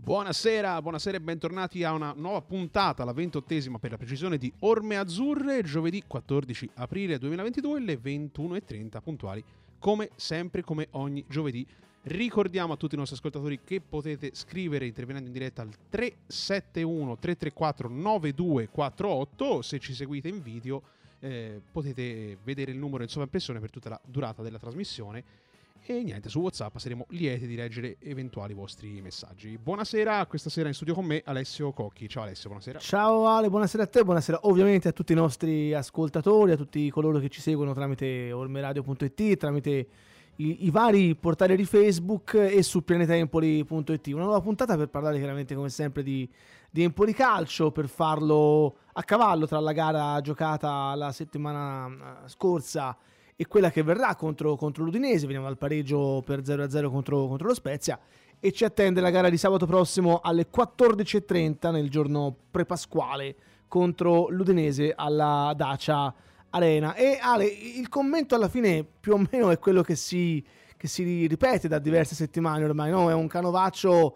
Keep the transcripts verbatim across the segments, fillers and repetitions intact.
Buonasera, buonasera e bentornati a una nuova puntata, la ventottesima per la precisione di Orme Azzurre, giovedì quattordici aprile duemilaventidue, alle ventuno e trenta puntuali, come sempre, come ogni giovedì. Ricordiamo a tutti i nostri ascoltatori che potete scrivere intervenendo in diretta al tre sette uno tre tre quattro nove due quattro otto, se ci seguite in video eh, potete vedere il numero in sovraimpressione per tutta la durata della trasmissione. E niente, su WhatsApp saremo lieti di leggere eventuali vostri messaggi. Buonasera, questa sera in studio con me Alessio Cocchi. Ciao Alessio, buonasera. Ciao Ale, buonasera a te, buonasera ovviamente a tutti i nostri ascoltatori, a tutti coloro che ci seguono tramite ormeradio punto it, tramite i, i vari portali di Facebook e su pianetaempoli punto it. Una nuova puntata per parlare chiaramente come sempre di, di Empoli Calcio, per farlo a cavallo tra la gara giocata la settimana scorsa e quella che verrà contro, contro l'Udinese. Veniamo dal pareggio per zero a zero contro, contro lo Spezia e ci attende la gara di sabato prossimo alle quattordici e trenta nel giorno prepasquale contro l'Udinese alla Dacia Arena. E Ale, il commento alla fine più o meno è quello che si, che si ripete da diverse settimane ormai, no? È un canovaccio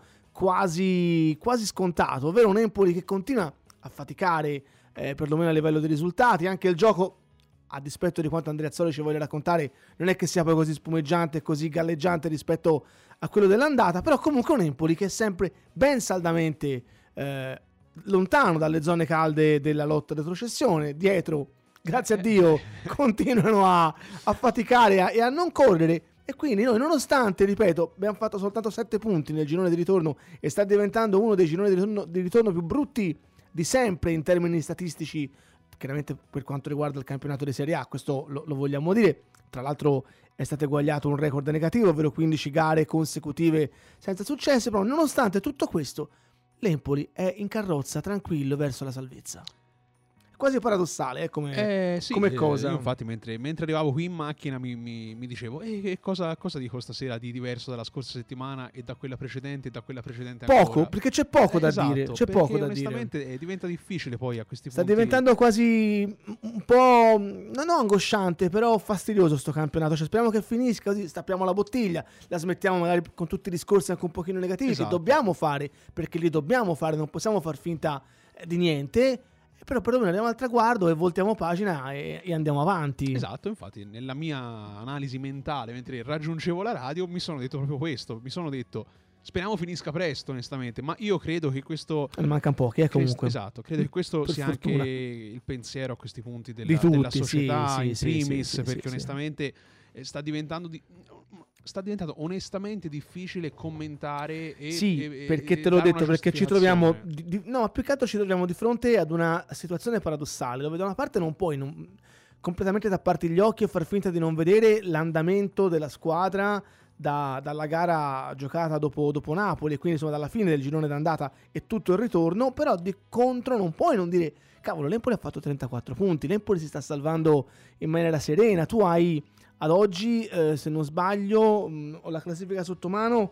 quasi, quasi scontato, ovvero un Empoli che continua a faticare eh, perlomeno a livello dei risultati. Anche il gioco, a dispetto di quanto Andreazzoli ci voglia raccontare, non è che sia poi così spumeggiante e così galleggiante rispetto a quello dell'andata, però comunque un Empoli che è sempre ben saldamente eh, lontano dalle zone calde della lotta di retrocessione. Dietro, grazie a Dio, continuano a, a faticare a, e a non correre, e quindi noi, nonostante, ripeto, abbiamo fatto soltanto sette punti nel girone di ritorno e sta diventando uno dei gironi di ritorno, di ritorno più brutti di sempre in termini statistici, chiaramente per quanto riguarda il campionato di Serie A, questo lo, lo vogliamo dire. Tra l'altro è stato eguagliato un record negativo, ovvero quindici gare consecutive senza successi, però nonostante tutto questo l'Empoli è in carrozza tranquillo verso la salvezza. Quasi paradossale eh, come, eh, sì, come eh, cosa. Io infatti mentre, mentre arrivavo qui in macchina mi, mi, mi dicevo eh, che cosa, cosa dico stasera di diverso dalla scorsa settimana e da quella precedente e da quella precedente ancora. Poco, perché c'è poco eh, da esatto, dire, c'è perché poco da onestamente dire. Eh, diventa difficile poi a questi Sta punti. diventando quasi un po', non ho angosciante, però fastidioso sto campionato. Cioè, speriamo che finisca, così stappiamo la bottiglia, la smettiamo magari con tutti i discorsi anche un pochino negativi, esatto, che dobbiamo fare, perché li dobbiamo fare, non possiamo far finta di niente. Però perlomeno andiamo al traguardo e voltiamo pagina e, e andiamo avanti. Esatto, infatti nella mia analisi mentale mentre raggiungevo la radio mi sono detto proprio questo, mi sono detto speriamo finisca presto onestamente, ma io credo che questo... Ne mancano pochi eh, comunque. Esatto, credo che questo per sia fortuna. Anche il pensiero a questi punti della, di tutti, della società sì, in sì, primis, sì, sì, perché sì, onestamente sì. sta diventando... Di... sta diventando onestamente difficile commentare e, sì, e, perché e te l'ho detto, perché ci troviamo di, di, no, ma più che altro ci troviamo di fronte ad una situazione paradossale, dove da una parte non puoi non, completamente tapparti gli occhi e far finta di non vedere l'andamento della squadra da, dalla gara giocata dopo, dopo Napoli, e quindi insomma dalla fine del girone d'andata e tutto il ritorno, però di contro non puoi non dire cavolo, l'Empoli ha fatto trentaquattro punti, l'Empoli si sta salvando in maniera serena. Tu hai ad oggi, eh, se non sbaglio, mh, ho la classifica sotto mano,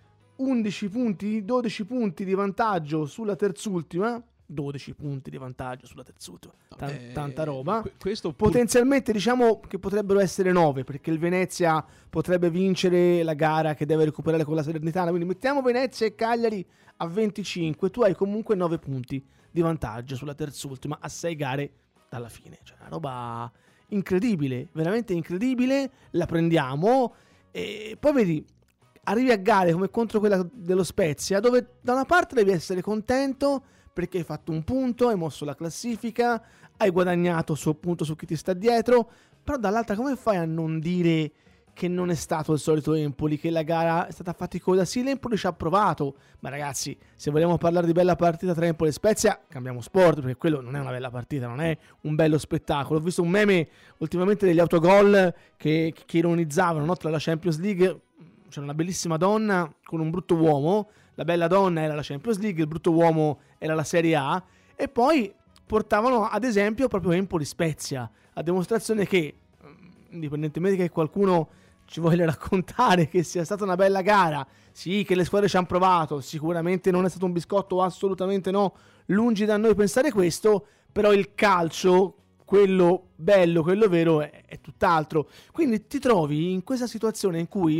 undici punti, dodici punti di vantaggio sulla terzultima, dodici punti di vantaggio sulla terzultima, T- eh, tanta roba. Questo Potenzialmente diciamo che potrebbero essere nove, perché il Venezia potrebbe vincere la gara che deve recuperare con la Salernitana, quindi mettiamo Venezia e Cagliari a venticinque, tu hai comunque nove punti di vantaggio sulla terzultima a sei gare dalla fine, cioè una roba incredibile, veramente incredibile. La prendiamo e poi vedi, arrivi a gare come contro quella dello Spezia, dove da una parte devi essere contento perché hai fatto un punto, hai mosso la classifica, hai guadagnato su, appunto su chi ti sta dietro, però dall'altra come fai a non dire che non è stato il solito Empoli, che la gara è stata faticosa? Sì, l'Empoli ci ha provato, ma ragazzi, se vogliamo parlare di bella partita tra Empoli e Spezia, cambiamo sport, perché quello non è una bella partita, non è un bello spettacolo. Ho visto un meme ultimamente degli autogol che, che ironizzavano, no? Tra la Champions League c'era una bellissima donna con un brutto uomo, la bella donna era la Champions League, il brutto uomo era la Serie A, e poi portavano ad esempio proprio Empoli Spezia, a dimostrazione che, indipendentemente che qualcuno ci voglia raccontare che sia stata una bella gara, sì, che le squadre ci hanno provato, sicuramente non è stato un biscotto, assolutamente no, lungi da noi pensare questo, però il calcio, quello bello, quello vero, è, è tutt'altro. Quindi ti trovi in questa situazione in cui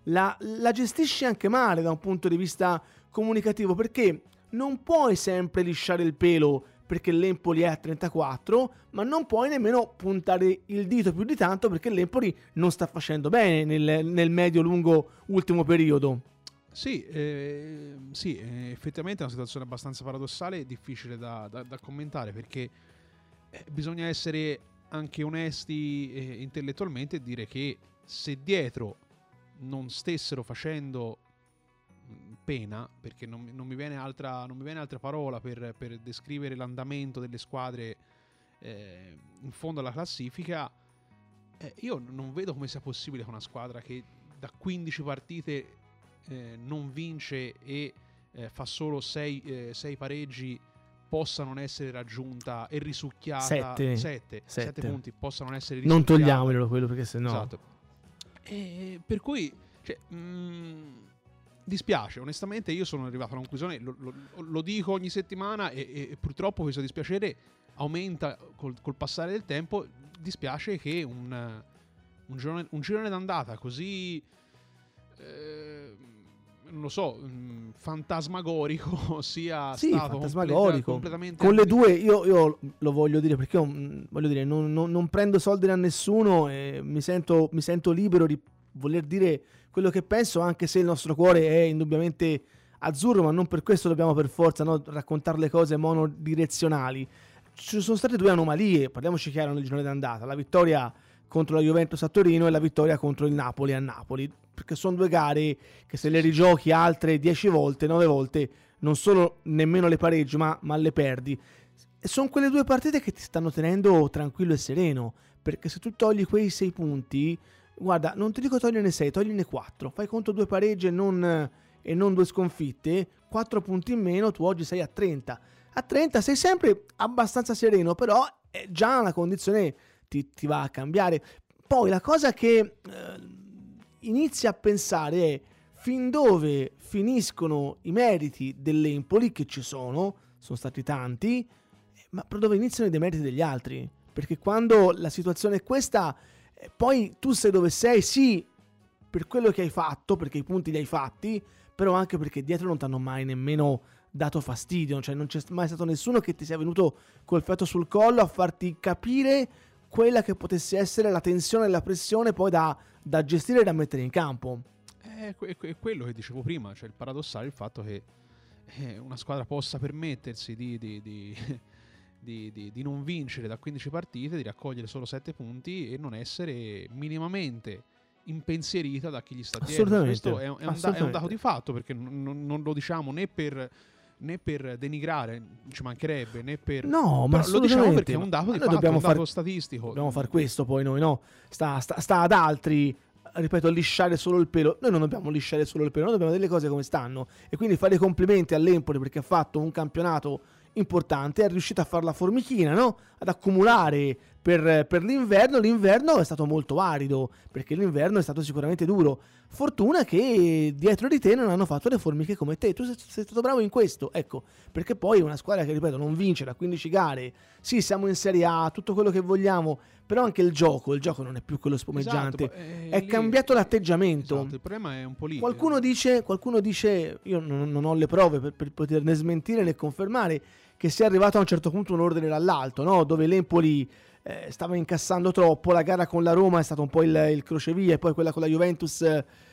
la, la gestisci anche male da un punto di vista comunicativo, perché non puoi sempre lisciare il pelo perché l'Empoli è a trentaquattro, ma non puoi nemmeno puntare il dito più di tanto perché l'Empoli non sta facendo bene nel, nel medio-lungo ultimo periodo. Sì, eh, sì, effettivamente è una situazione abbastanza paradossale e difficile da, da, da commentare, perché eh, bisogna essere anche onesti eh, intellettualmente e dire che se dietro non stessero facendo pena, perché non, non, mi viene altra, non mi viene altra parola per, per descrivere l'andamento delle squadre eh, in fondo alla classifica, eh, io non vedo come sia possibile che una squadra che da quindici partite eh, non vince e eh, fa solo sei pareggi possa non essere raggiunta e risucchiata. Sette, sette, sette punti possano essere risucchiata. Non togliamolo quello, perché sennò esatto. E per cui cioè, mh, dispiace, onestamente. Io sono arrivato a una conclusione, lo, lo, lo dico ogni settimana e, e purtroppo questo dispiacere aumenta col, col passare del tempo. Dispiace che un, un, girone, un girone d'andata così eh, non lo so, mh, fantasmagorico sia sì, stato fantasmagorico. completamente con le due io, io lo voglio dire, perché io mh, voglio dire non, non, non prendo soldi da nessuno e mi sento, mi sento libero di voler dire quello che penso, anche se il nostro cuore è indubbiamente azzurro, ma non per questo dobbiamo per forza, no, raccontare le cose monodirezionali. Ci sono state due anomalie, parliamoci chiaro, nel girone d'andata: la vittoria contro la Juventus a Torino e la vittoria contro il Napoli a Napoli, perché sono due gare che se le rigiochi altre dieci volte, nove volte, non solo nemmeno le pareggi, ma, ma le perdi. E sono quelle due partite che ti stanno tenendo tranquillo e sereno, perché se tu togli quei sei punti, guarda, non ti dico togliene sei, togliene quattro, fai conto due pareggi e non, e non due sconfitte, quattro punti in meno, tu oggi sei a trenta. A trenta sei sempre abbastanza sereno, però è già una condizione ti, ti va a cambiare. Poi la cosa che eh, inizi a pensare è fin dove finiscono i meriti dell'Empoli, che ci sono, sono stati tanti, ma per dove iniziano i demeriti degli altri, perché quando la situazione è questa, poi tu sei dove sei, sì, per quello che hai fatto, perché i punti li hai fatti, però anche perché dietro non ti hanno mai nemmeno dato fastidio, cioè non c'è mai stato nessuno che ti sia venuto col fiato sul collo a farti capire quella che potesse essere la tensione e la pressione poi da, da gestire e da mettere in campo. È, è quello che dicevo prima, cioè il paradossale, il fatto che eh, una squadra possa permettersi di... di, di... Di, di, di non vincere da quindici partite, di raccogliere solo sette punti e non essere minimamente impensierita da chi gli sta dietro. Questo è, è, un, da, è un dato di fatto, perché non, non lo diciamo né per, né per denigrare, ci mancherebbe, né per... No, ma lo diciamo perché è un dato di fatto, è un dato statistico. Dobbiamo fare questo poi noi, no? Sta, sta, sta ad altri, ripeto, lisciare solo il pelo. Noi non dobbiamo lisciare solo il pelo, noi dobbiamo vedere le cose come stanno, e quindi fare i complimenti all'Empoli perché ha fatto un campionato importante, è riuscito a fare la formichina, no? Ad accumulare per, per l'inverno. L'inverno è stato molto arido, perché l'inverno è stato sicuramente duro. Fortuna che dietro di te non hanno fatto le formiche come te. Tu sei, sei stato bravo in questo, ecco, perché poi una squadra che, ripeto, non vince da quindici gare, sì, siamo in Serie A, tutto quello che vogliamo, però anche il gioco, il gioco non è più quello spumeggiante, esatto, è, è lì, cambiato l'atteggiamento. Esatto, il problema è un po' lì. Qualcuno dice, qualcuno dice, io non, non ho le prove per, per poter né smentire né confermare, che sia arrivato a un certo punto un ordine dall'alto, no? Dove l'Empoli eh, stava incassando troppo. La gara con la Roma è stato un po' il, il crocevia, e poi quella con la Juventus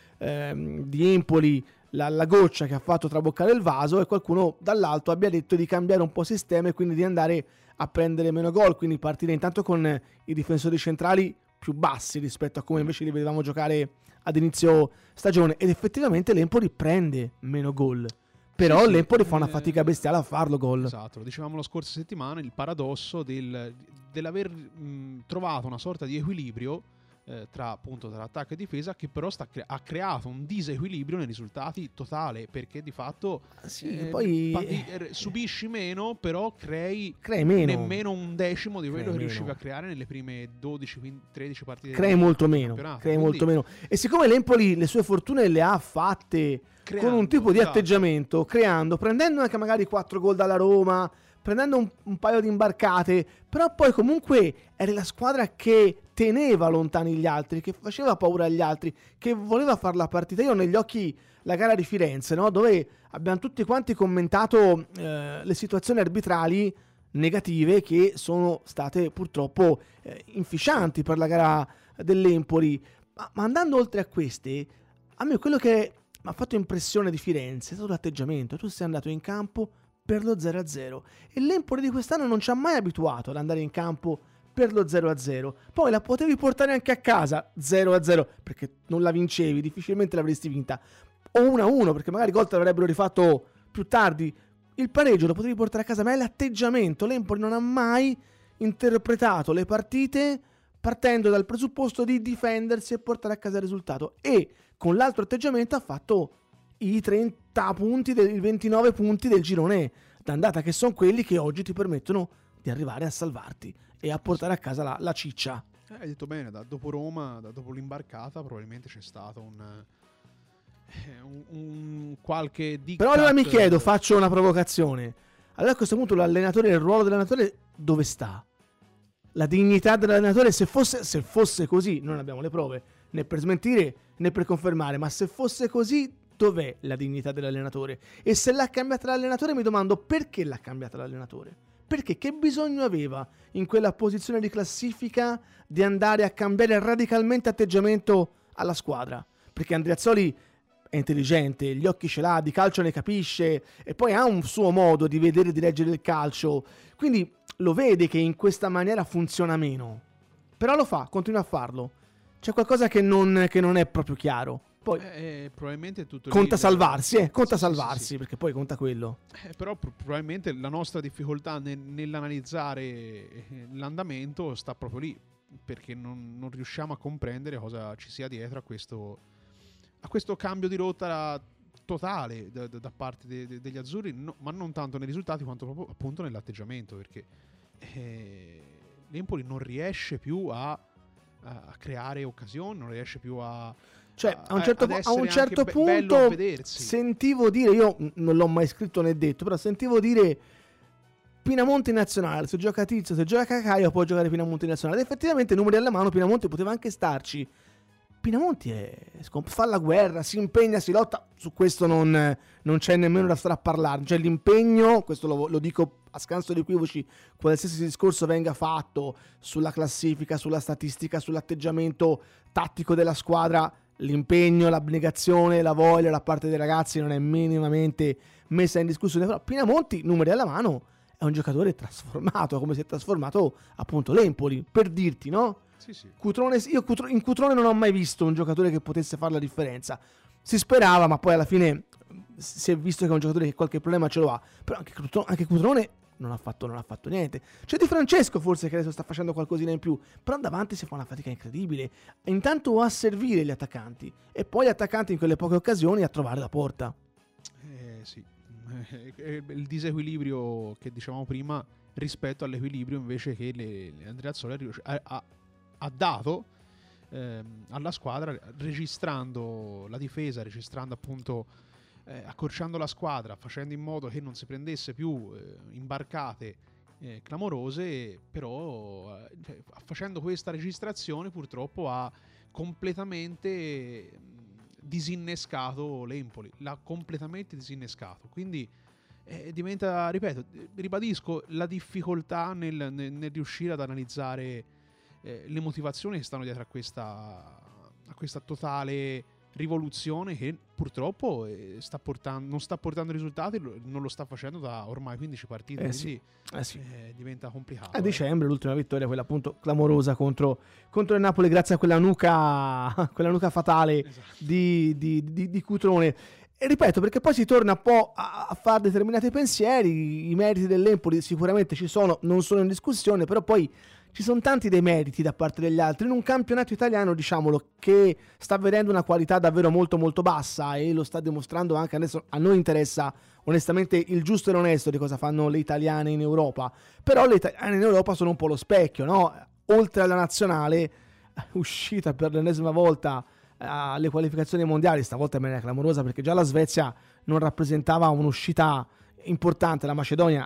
eh, di Empoli, la, la goccia che ha fatto traboccare il vaso, e qualcuno dall'alto abbia detto di cambiare un po' sistema e quindi di andare a prendere meno gol, quindi partire intanto con i difensori centrali più bassi rispetto a come invece li vedevamo giocare ad inizio stagione, ed effettivamente l'Empoli prende meno gol. Però sì, l'Empoli sì, fa una fatica bestiale a farlo gol. Esatto, lo dicevamo la scorsa settimana, il paradosso del, dell'aver mh, trovato una sorta di equilibrio eh, tra appunto tra attacco e difesa, che però sta cre- ha creato un disequilibrio nei risultati totale, perché di fatto sì, eh, poi pa- eh, subisci meno, però crei, crei meno. nemmeno un decimo di quello crei che meno. riuscivi a creare nelle prime dodici tredici partite. Crei molto meno, crei Quindi, molto meno. E siccome l'Empoli le sue fortune le ha fatte creando, con un tipo di esatto. atteggiamento, creando, prendendo anche magari quattro gol dalla Roma, prendendo un, un paio di imbarcate, però poi comunque eri la squadra che teneva lontani gli altri, che faceva paura agli altri, che voleva fare la partita. Io ho negli occhi la gara di Firenze, no? Dove abbiamo tutti quanti commentato eh, le situazioni arbitrali negative che sono state purtroppo eh, inficianti per la gara dell'Empoli. Ma, ma andando oltre a queste, a me quello che mi ha fatto impressione di Firenze è stato l'atteggiamento. Tu sei andato in campo per lo zero a zero e l'Empoli di quest'anno non ci ha mai abituato ad andare in campo per lo zero a zero. Poi la potevi portare anche a casa zero a zero perché non la vincevi, difficilmente l'avresti vinta, o uno a uno perché magari i gol te l'avrebbero rifatto più tardi. Il pareggio lo potevi portare a casa, ma è l'atteggiamento. L'Empoli non ha mai interpretato le partite partendo dal presupposto di difendersi e portare a casa il risultato, e con l'altro atteggiamento ha fatto i trenta punti, del, i ventinove punti del girone d'andata, che sono quelli che oggi ti permettono di arrivare a salvarti e a portare a casa la, la ciccia. Eh, hai detto bene, da dopo Roma, da dopo l'imbarcata probabilmente c'è stato un, eh, un, un qualche diktat. Però allora mi chiedo, faccio una provocazione, allora a questo punto l'allenatore, il ruolo dell'allenatore dove sta? La dignità dell'allenatore, se fosse, se fosse così, non abbiamo le prove né per smentire né per confermare, ma se fosse così, dov'è la dignità dell'allenatore? E se l'ha cambiata l'allenatore, mi domando perché l'ha cambiata l'allenatore? Perché? Che bisogno aveva in quella posizione di classifica di andare a cambiare radicalmente atteggiamento alla squadra? Perché Andreazzoli è intelligente, gli occhi ce l'ha, di calcio ne capisce e poi ha un suo modo di vedere e di leggere il calcio, quindi lo vede che in questa maniera funziona meno, però lo fa, continua a farlo. C'è qualcosa che non, che non è proprio chiaro. Poi eh, probabilmente tutto conta lì, salvarsi, eh, conta sì, salvarsi, sì, sì. Perché poi conta quello. Eh, però pro- probabilmente la nostra difficoltà nel, nell'analizzare l'andamento sta proprio lì, perché non, non riusciamo a comprendere cosa ci sia dietro a questo, a questo cambio di rotta totale da, da, da parte de, de, degli azzurri, no, ma non tanto nei risultati quanto proprio appunto nell'atteggiamento, perché eh, l'Empoli non riesce più a, a, a creare occasioni, non riesce più a... Cioè, a un certo, a un certo be- punto sentivo dire, io non l'ho mai scritto né detto, però sentivo dire Pinamonti nazionale, se gioca Tizio, se gioca Caio può giocare Pinamonti nazionale. Ed effettivamente, numeri alla mano, Pinamonti poteva anche starci. Pinamonti è, fa la guerra, si impegna, si lotta, su questo non, non c'è nemmeno da stare a parlare. Cioè l'impegno, questo lo, lo dico a scanso di equivoci, qualsiasi discorso venga fatto sulla classifica, sulla statistica, sull'atteggiamento tattico della squadra, l'impegno, l'abnegazione, la voglia da parte dei ragazzi non è minimamente messa in discussione. Però Pinamonti, numeri alla mano, è un giocatore trasformato, come si è trasformato appunto l'Empoli, per dirti, no? Sì, sì. Cutrone, io in Cutrone non ho mai visto un giocatore che potesse fare la differenza. Si sperava, ma poi alla fine si è visto che è un giocatore che qualche problema ce lo ha. Però anche Cutrone, anche Cutrone non ha fatto, non ha fatto niente. C'è Di Francesco forse che adesso sta facendo qualcosina in più, però davanti si fa una fatica incredibile. Intanto a servire gli attaccanti e poi gli attaccanti in quelle poche occasioni a trovare la porta. Eh sì, il disequilibrio che dicevamo prima rispetto all'equilibrio invece che le, le Andreazzoli ha, ha, ha dato ehm, alla squadra, registrando la difesa, registrando appunto Eh, accorciando la squadra, facendo in modo che non si prendesse più eh, imbarcate eh, clamorose, però eh, cioè, facendo questa registrazione purtroppo ha completamente eh, disinnescato l'Empoli, l'ha completamente disinnescato, quindi eh, diventa, ripeto, ribadisco la difficoltà nel, nel, nel riuscire ad analizzare eh, le motivazioni che stanno dietro a questa, a questa totale rivoluzione che purtroppo eh, sta portando, non sta portando risultati, non lo sta facendo da ormai quindici partite, eh quindi sì, eh sì. Eh, diventa complicato. A eh. dicembre l'ultima vittoria, quella appunto clamorosa contro, contro il Napoli, grazie a quella nuca, quella nuca fatale, esatto, di, di, di, di Cutrone. E ripeto, perché poi si torna un po' a, a fare determinati pensieri. I meriti dell'Empoli sicuramente ci sono, non sono in discussione, però poi ci sono tanti dei meriti da parte degli altri in un campionato italiano, diciamolo, che sta vedendo una qualità davvero molto molto bassa e lo sta dimostrando anche adesso. A noi interessa onestamente il giusto e l'onesto di cosa fanno le italiane in Europa, però le italiane in Europa sono un po' lo specchio, no? Oltre alla nazionale uscita per l'ennesima volta alle qualificazioni mondiali, stavolta in maniera clamorosa, perché già la Svezia non rappresentava un'uscita importante, la Macedonia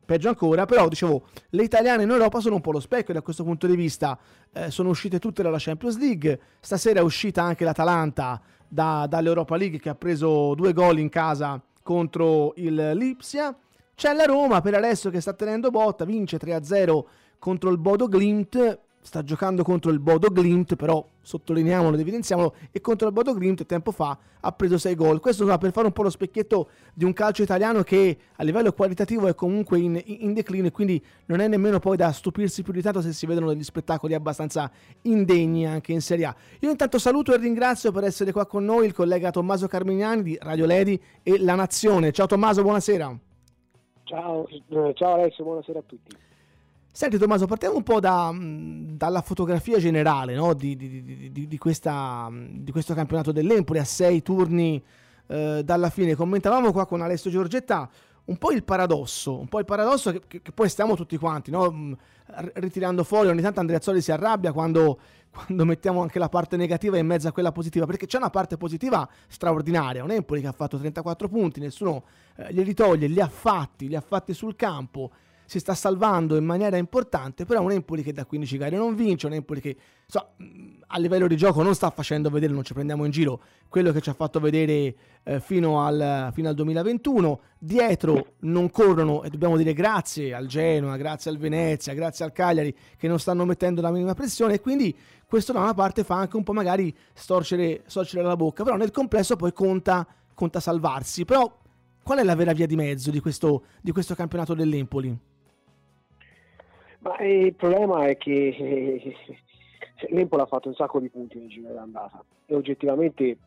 peggio ancora, però dicevo, le italiane in Europa sono un po' lo specchio da questo punto di vista, eh, sono uscite tutte dalla Champions League, stasera è uscita anche l'Atalanta da, dall'Europa League che ha preso due gol in casa contro il Lipsia, c'è la Roma per adesso che sta tenendo botta, vince tre a zero contro il Bodo Glimt, sta giocando contro il Bodo Glimt, però sottolineiamolo ed evidenziamolo, e contro il Bodo Glimt tempo fa ha preso sei gol. Questo va per fare un po' lo specchietto di un calcio italiano che a livello qualitativo è comunque in, in declino, e quindi non è nemmeno poi da stupirsi più di tanto se si vedono degli spettacoli abbastanza indegni anche in Serie A. Io intanto saluto e ringrazio per essere qua con noi il collega Tommaso Carmignani di Radio Ledi e La Nazione. Ciao Tommaso, buonasera. Ciao, ciao Alessio, buonasera a tutti. Senti Tommaso, partiamo un po' da, dalla fotografia generale, no? di, di, di, di, questa, di questo campionato dell'Empoli a sei turni eh, dalla fine. Commentavamo qua con Alessio Giorgetta un po' il paradosso, un po' il paradosso che, che, che poi stiamo tutti quanti, no? ritirando fuori. Ogni tanto Andreazzoli si arrabbia quando, quando mettiamo anche la parte negativa in mezzo a quella positiva, perché c'è una parte positiva straordinaria, un Empoli che ha fatto trentaquattro punti, nessuno eh, glieli toglie, li ha fatti, li ha fatti sul campo, si sta salvando in maniera importante, però un Empoli che da quindici gare non vince, un Empoli che so, a livello di gioco non sta facendo vedere, non ci prendiamo in giro, quello che ci ha fatto vedere eh, fino, al, fino al duemilaventuno, dietro non corrono, e dobbiamo dire grazie al Genoa, grazie al Venezia, grazie al Cagliari che non stanno mettendo la minima pressione, e quindi questo da una parte fa anche un po' magari storcere, storcere la bocca, però nel complesso poi conta, conta salvarsi. Però qual è la vera via di mezzo di questo, di questo campionato dell'Empoli? Ma eh, il problema è che eh, l'Empoli ha fatto un sacco di punti nel giro dell'andata e oggettivamente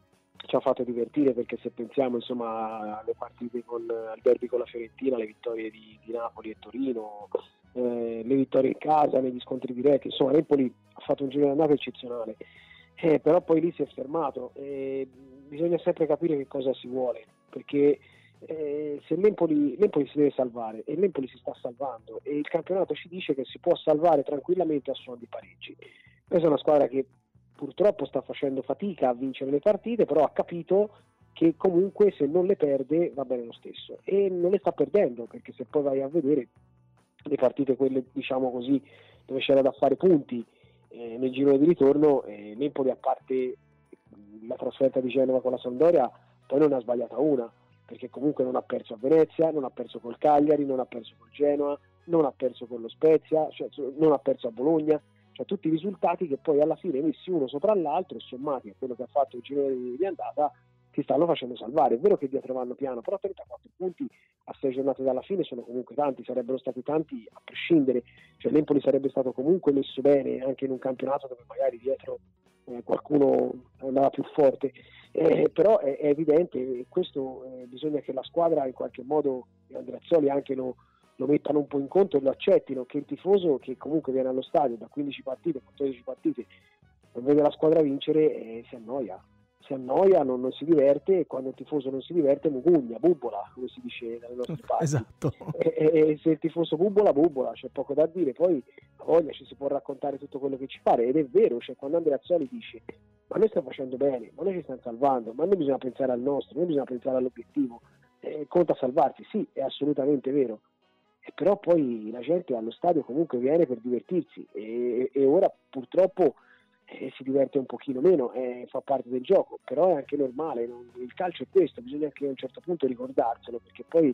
ci ha fatto divertire, perché se pensiamo insomma alle partite con al derby con la Fiorentina, le vittorie di, di Napoli e Torino, eh, le vittorie in casa, negli scontri diretti, insomma l'Empoli ha fatto un giro dell'andata eccezionale, eh, però poi lì si è fermato e bisogna sempre capire che cosa si vuole, perché Eh, se l'Empoli, l'Empoli si deve salvare e l'Empoli si sta salvando e il campionato ci dice che si può salvare tranquillamente a suon di pareggi. Questa è una squadra che purtroppo sta facendo fatica a vincere le partite, però ha capito che comunque se non le perde va bene lo stesso, e non le sta perdendo, perché se poi vai a vedere le partite, quelle diciamo così dove c'era da fare punti eh, nel giro di ritorno, eh, l'Empoli, a parte la trasferta di Genova con la Sampdoria, poi non ne ha sbagliata una, perché comunque non ha perso a Venezia, non ha perso col Cagliari, non ha perso col Genoa, non ha perso con lo Spezia, cioè non ha perso a Bologna, cioè tutti i risultati che poi alla fine messi uno sopra l'altro, sommati a quello che ha fatto il giro di andata, ti stanno facendo salvare. È vero che dietro vanno piano, però trentaquattro punti a sei giornate dalla fine sono comunque tanti, sarebbero stati tanti a prescindere, cioè l'Empoli sarebbe stato comunque messo bene anche in un campionato dove magari dietro eh, qualcuno andava più forte. Eh, però è, è evidente, e questo eh, bisogna che la squadra in qualche modo, e Andreazzoli anche lo, lo mettano un po' in conto e lo accettino, che il tifoso che comunque viene allo stadio da quindici partite, quattordici partite, non vede la squadra vincere, eh, si annoia, si annoia, non, non si diverte, e quando il tifoso non si diverte mugugna, bubola, come si dice dalle nostre parti. Esatto. E, e, e se il tifoso bubola, bubola, c'è poco da dire, poi a voglia ci si può raccontare tutto quello che ci pare, ed è vero, cioè quando Andreazzoli dice ma noi stiamo facendo bene, ma noi ci stiamo salvando, ma noi bisogna pensare al nostro, noi bisogna pensare all'obiettivo, eh, conta salvarsi, sì, è assolutamente vero, e però poi la gente allo stadio comunque viene per divertirsi, e, e ora purtroppo eh, si diverte un pochino meno, eh, fa parte del gioco, però è anche normale, non, il calcio è questo, bisogna anche a un certo punto ricordarselo, perché poi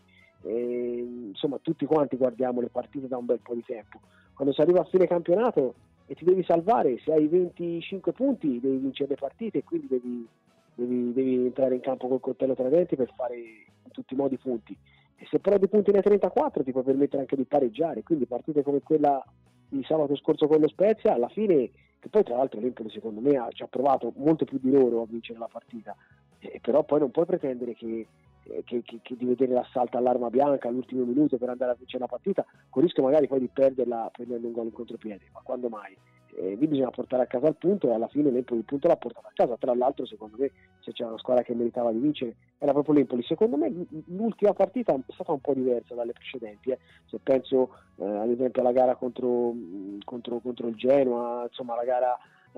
eh, insomma tutti quanti guardiamo le partite da un bel po' di tempo, quando si arriva a fine campionato e ti devi salvare, se hai venticinque punti devi vincere le partite, e quindi devi, devi, devi entrare in campo col coltello tra i denti per fare in tutti i modi punti, e se però di punti ne hai trentaquattro ti può permettere anche di pareggiare, quindi partite come quella di sabato scorso con lo Spezia, alla fine, che poi tra l'altro l'Empoli secondo me ha, ci ha provato molto più di loro a vincere la partita, eh, però poi non puoi pretendere che Che, che, che di vedere l'assalto all'arma bianca all'ultimo minuto per andare a vincere la partita, con rischio magari poi di perderla prendendo un gol in contropiede, ma quando mai? Eh, lì bisogna portare a casa il punto, e alla fine l'Empoli il punto l'ha portato a casa. Tra l'altro secondo me, se c'era una squadra che meritava di vincere era proprio l'Empoli. Secondo me l'ultima partita è stata un po' diversa dalle precedenti, eh. Se penso eh, ad esempio alla gara contro, contro, contro il Genoa, insomma la gara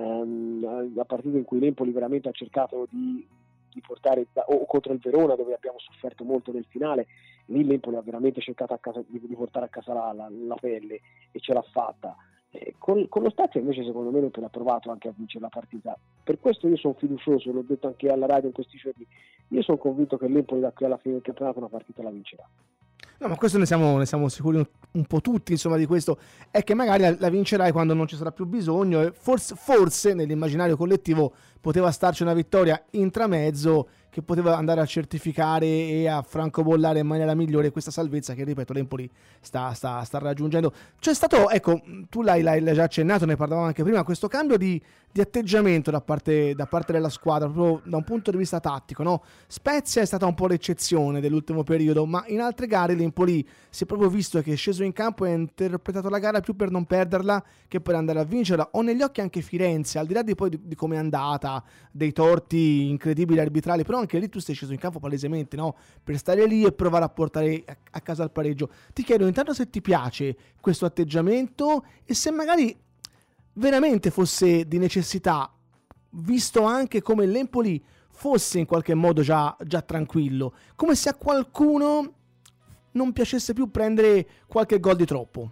ehm, la partita in cui l'Empoli veramente ha cercato di di portare, o contro il Verona dove abbiamo sofferto molto nel finale, lì l'Empoli ha veramente cercato a casa, di, di portare a casa la, la, la pelle e ce l'ha fatta. Eh, con, con lo Spezia invece secondo me l'Empoli ha provato anche a vincere la partita, per questo io sono fiducioso, l'ho detto anche alla radio in questi giorni, io sono convinto che l'Empoli da qui alla fine del campionato una partita la vincerà. No, ma questo ne siamo, ne siamo sicuri un, un po' tutti, insomma, di questo. È che magari la, la vincerai quando non ci sarà più bisogno, e forse, forse nell'immaginario collettivo poteva starci una vittoria intramezzo che poteva andare a certificare e a francobollare in maniera migliore questa salvezza che, ripeto, l'Empoli sta, sta, sta raggiungendo. C'è stato, ecco, tu l'hai, l'hai già accennato, ne parlavamo anche prima, questo cambio di, di atteggiamento da parte, da parte della squadra, proprio da un punto di vista tattico, no? Spezia è stata un po' l'eccezione dell'ultimo periodo, ma in altre gare l'Empoli si è proprio visto che è sceso in campo e ha interpretato la gara più per non perderla che per andare a vincerla. Ho negli occhi anche Firenze, al di là di poi di, di come è andata, dei torti incredibili arbitrali, però anche lì tu sei sceso in campo palesemente, no? Per stare lì e provare a portare a, a casa il pareggio. Ti chiedo intanto se ti piace questo atteggiamento e se magari veramente fosse di necessità, visto anche come l'Empoli fosse in qualche modo già, già tranquillo, come se a qualcuno non piacesse più prendere qualche gol di troppo.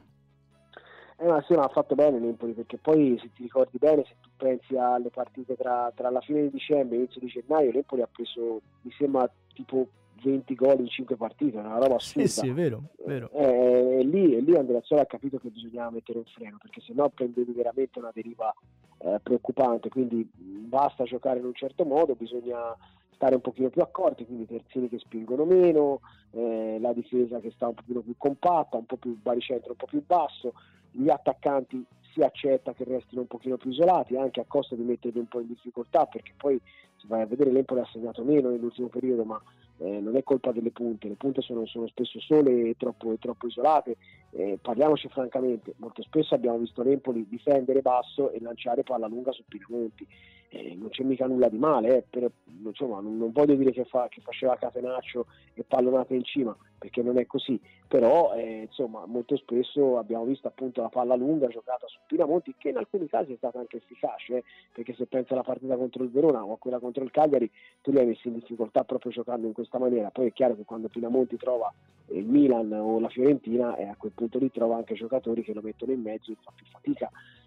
Eh, ma sì, ma ha fatto bene l'Empoli, perché poi se ti ricordi bene, se tu pensi alle partite tra, tra la fine di dicembre e l'inizio di gennaio, l'Empoli ha preso, mi sembra, tipo venti gol in cinque partite, una roba assurda. Sì, sì, è vero, vero. Eh, e lì, e lì Andreazzoli ha capito che bisognava mettere un freno, perché sennò prendevi veramente una deriva eh, preoccupante, quindi basta giocare in un certo modo, bisogna stare un pochino più accorti, quindi terzini che spingono meno, eh, la difesa che sta un pochino più compatta, un po' più baricentro, un po' più basso, gli attaccanti si accetta che restino un pochino più isolati, anche a costo di metterli un po' in difficoltà, perché poi se vai a vedere l'Empoli ha segnato meno nell'ultimo periodo, ma eh, non è colpa delle punte, le punte sono, sono spesso sole e troppo, troppo isolate. Eh, parliamoci francamente, molto spesso abbiamo visto l'Empoli difendere basso e lanciare palla lunga su Pinamonti. Eh, non c'è mica nulla di male, eh, per, insomma, non, non voglio dire che, fa, che faceva catenaccio e pallonate in cima, perché non è così, però eh, insomma molto spesso abbiamo visto appunto la palla lunga giocata su Pinamonti, che in alcuni casi è stata anche efficace, eh, perché se pensi alla partita contro il Verona o a quella contro il Cagliari, tu li hai messi in difficoltà proprio giocando in questa maniera. Poi è chiaro che quando Pinamonti trova il Milan o la Fiorentina, e a quel punto lì trova anche giocatori che lo mettono in mezzo e fa più fatica.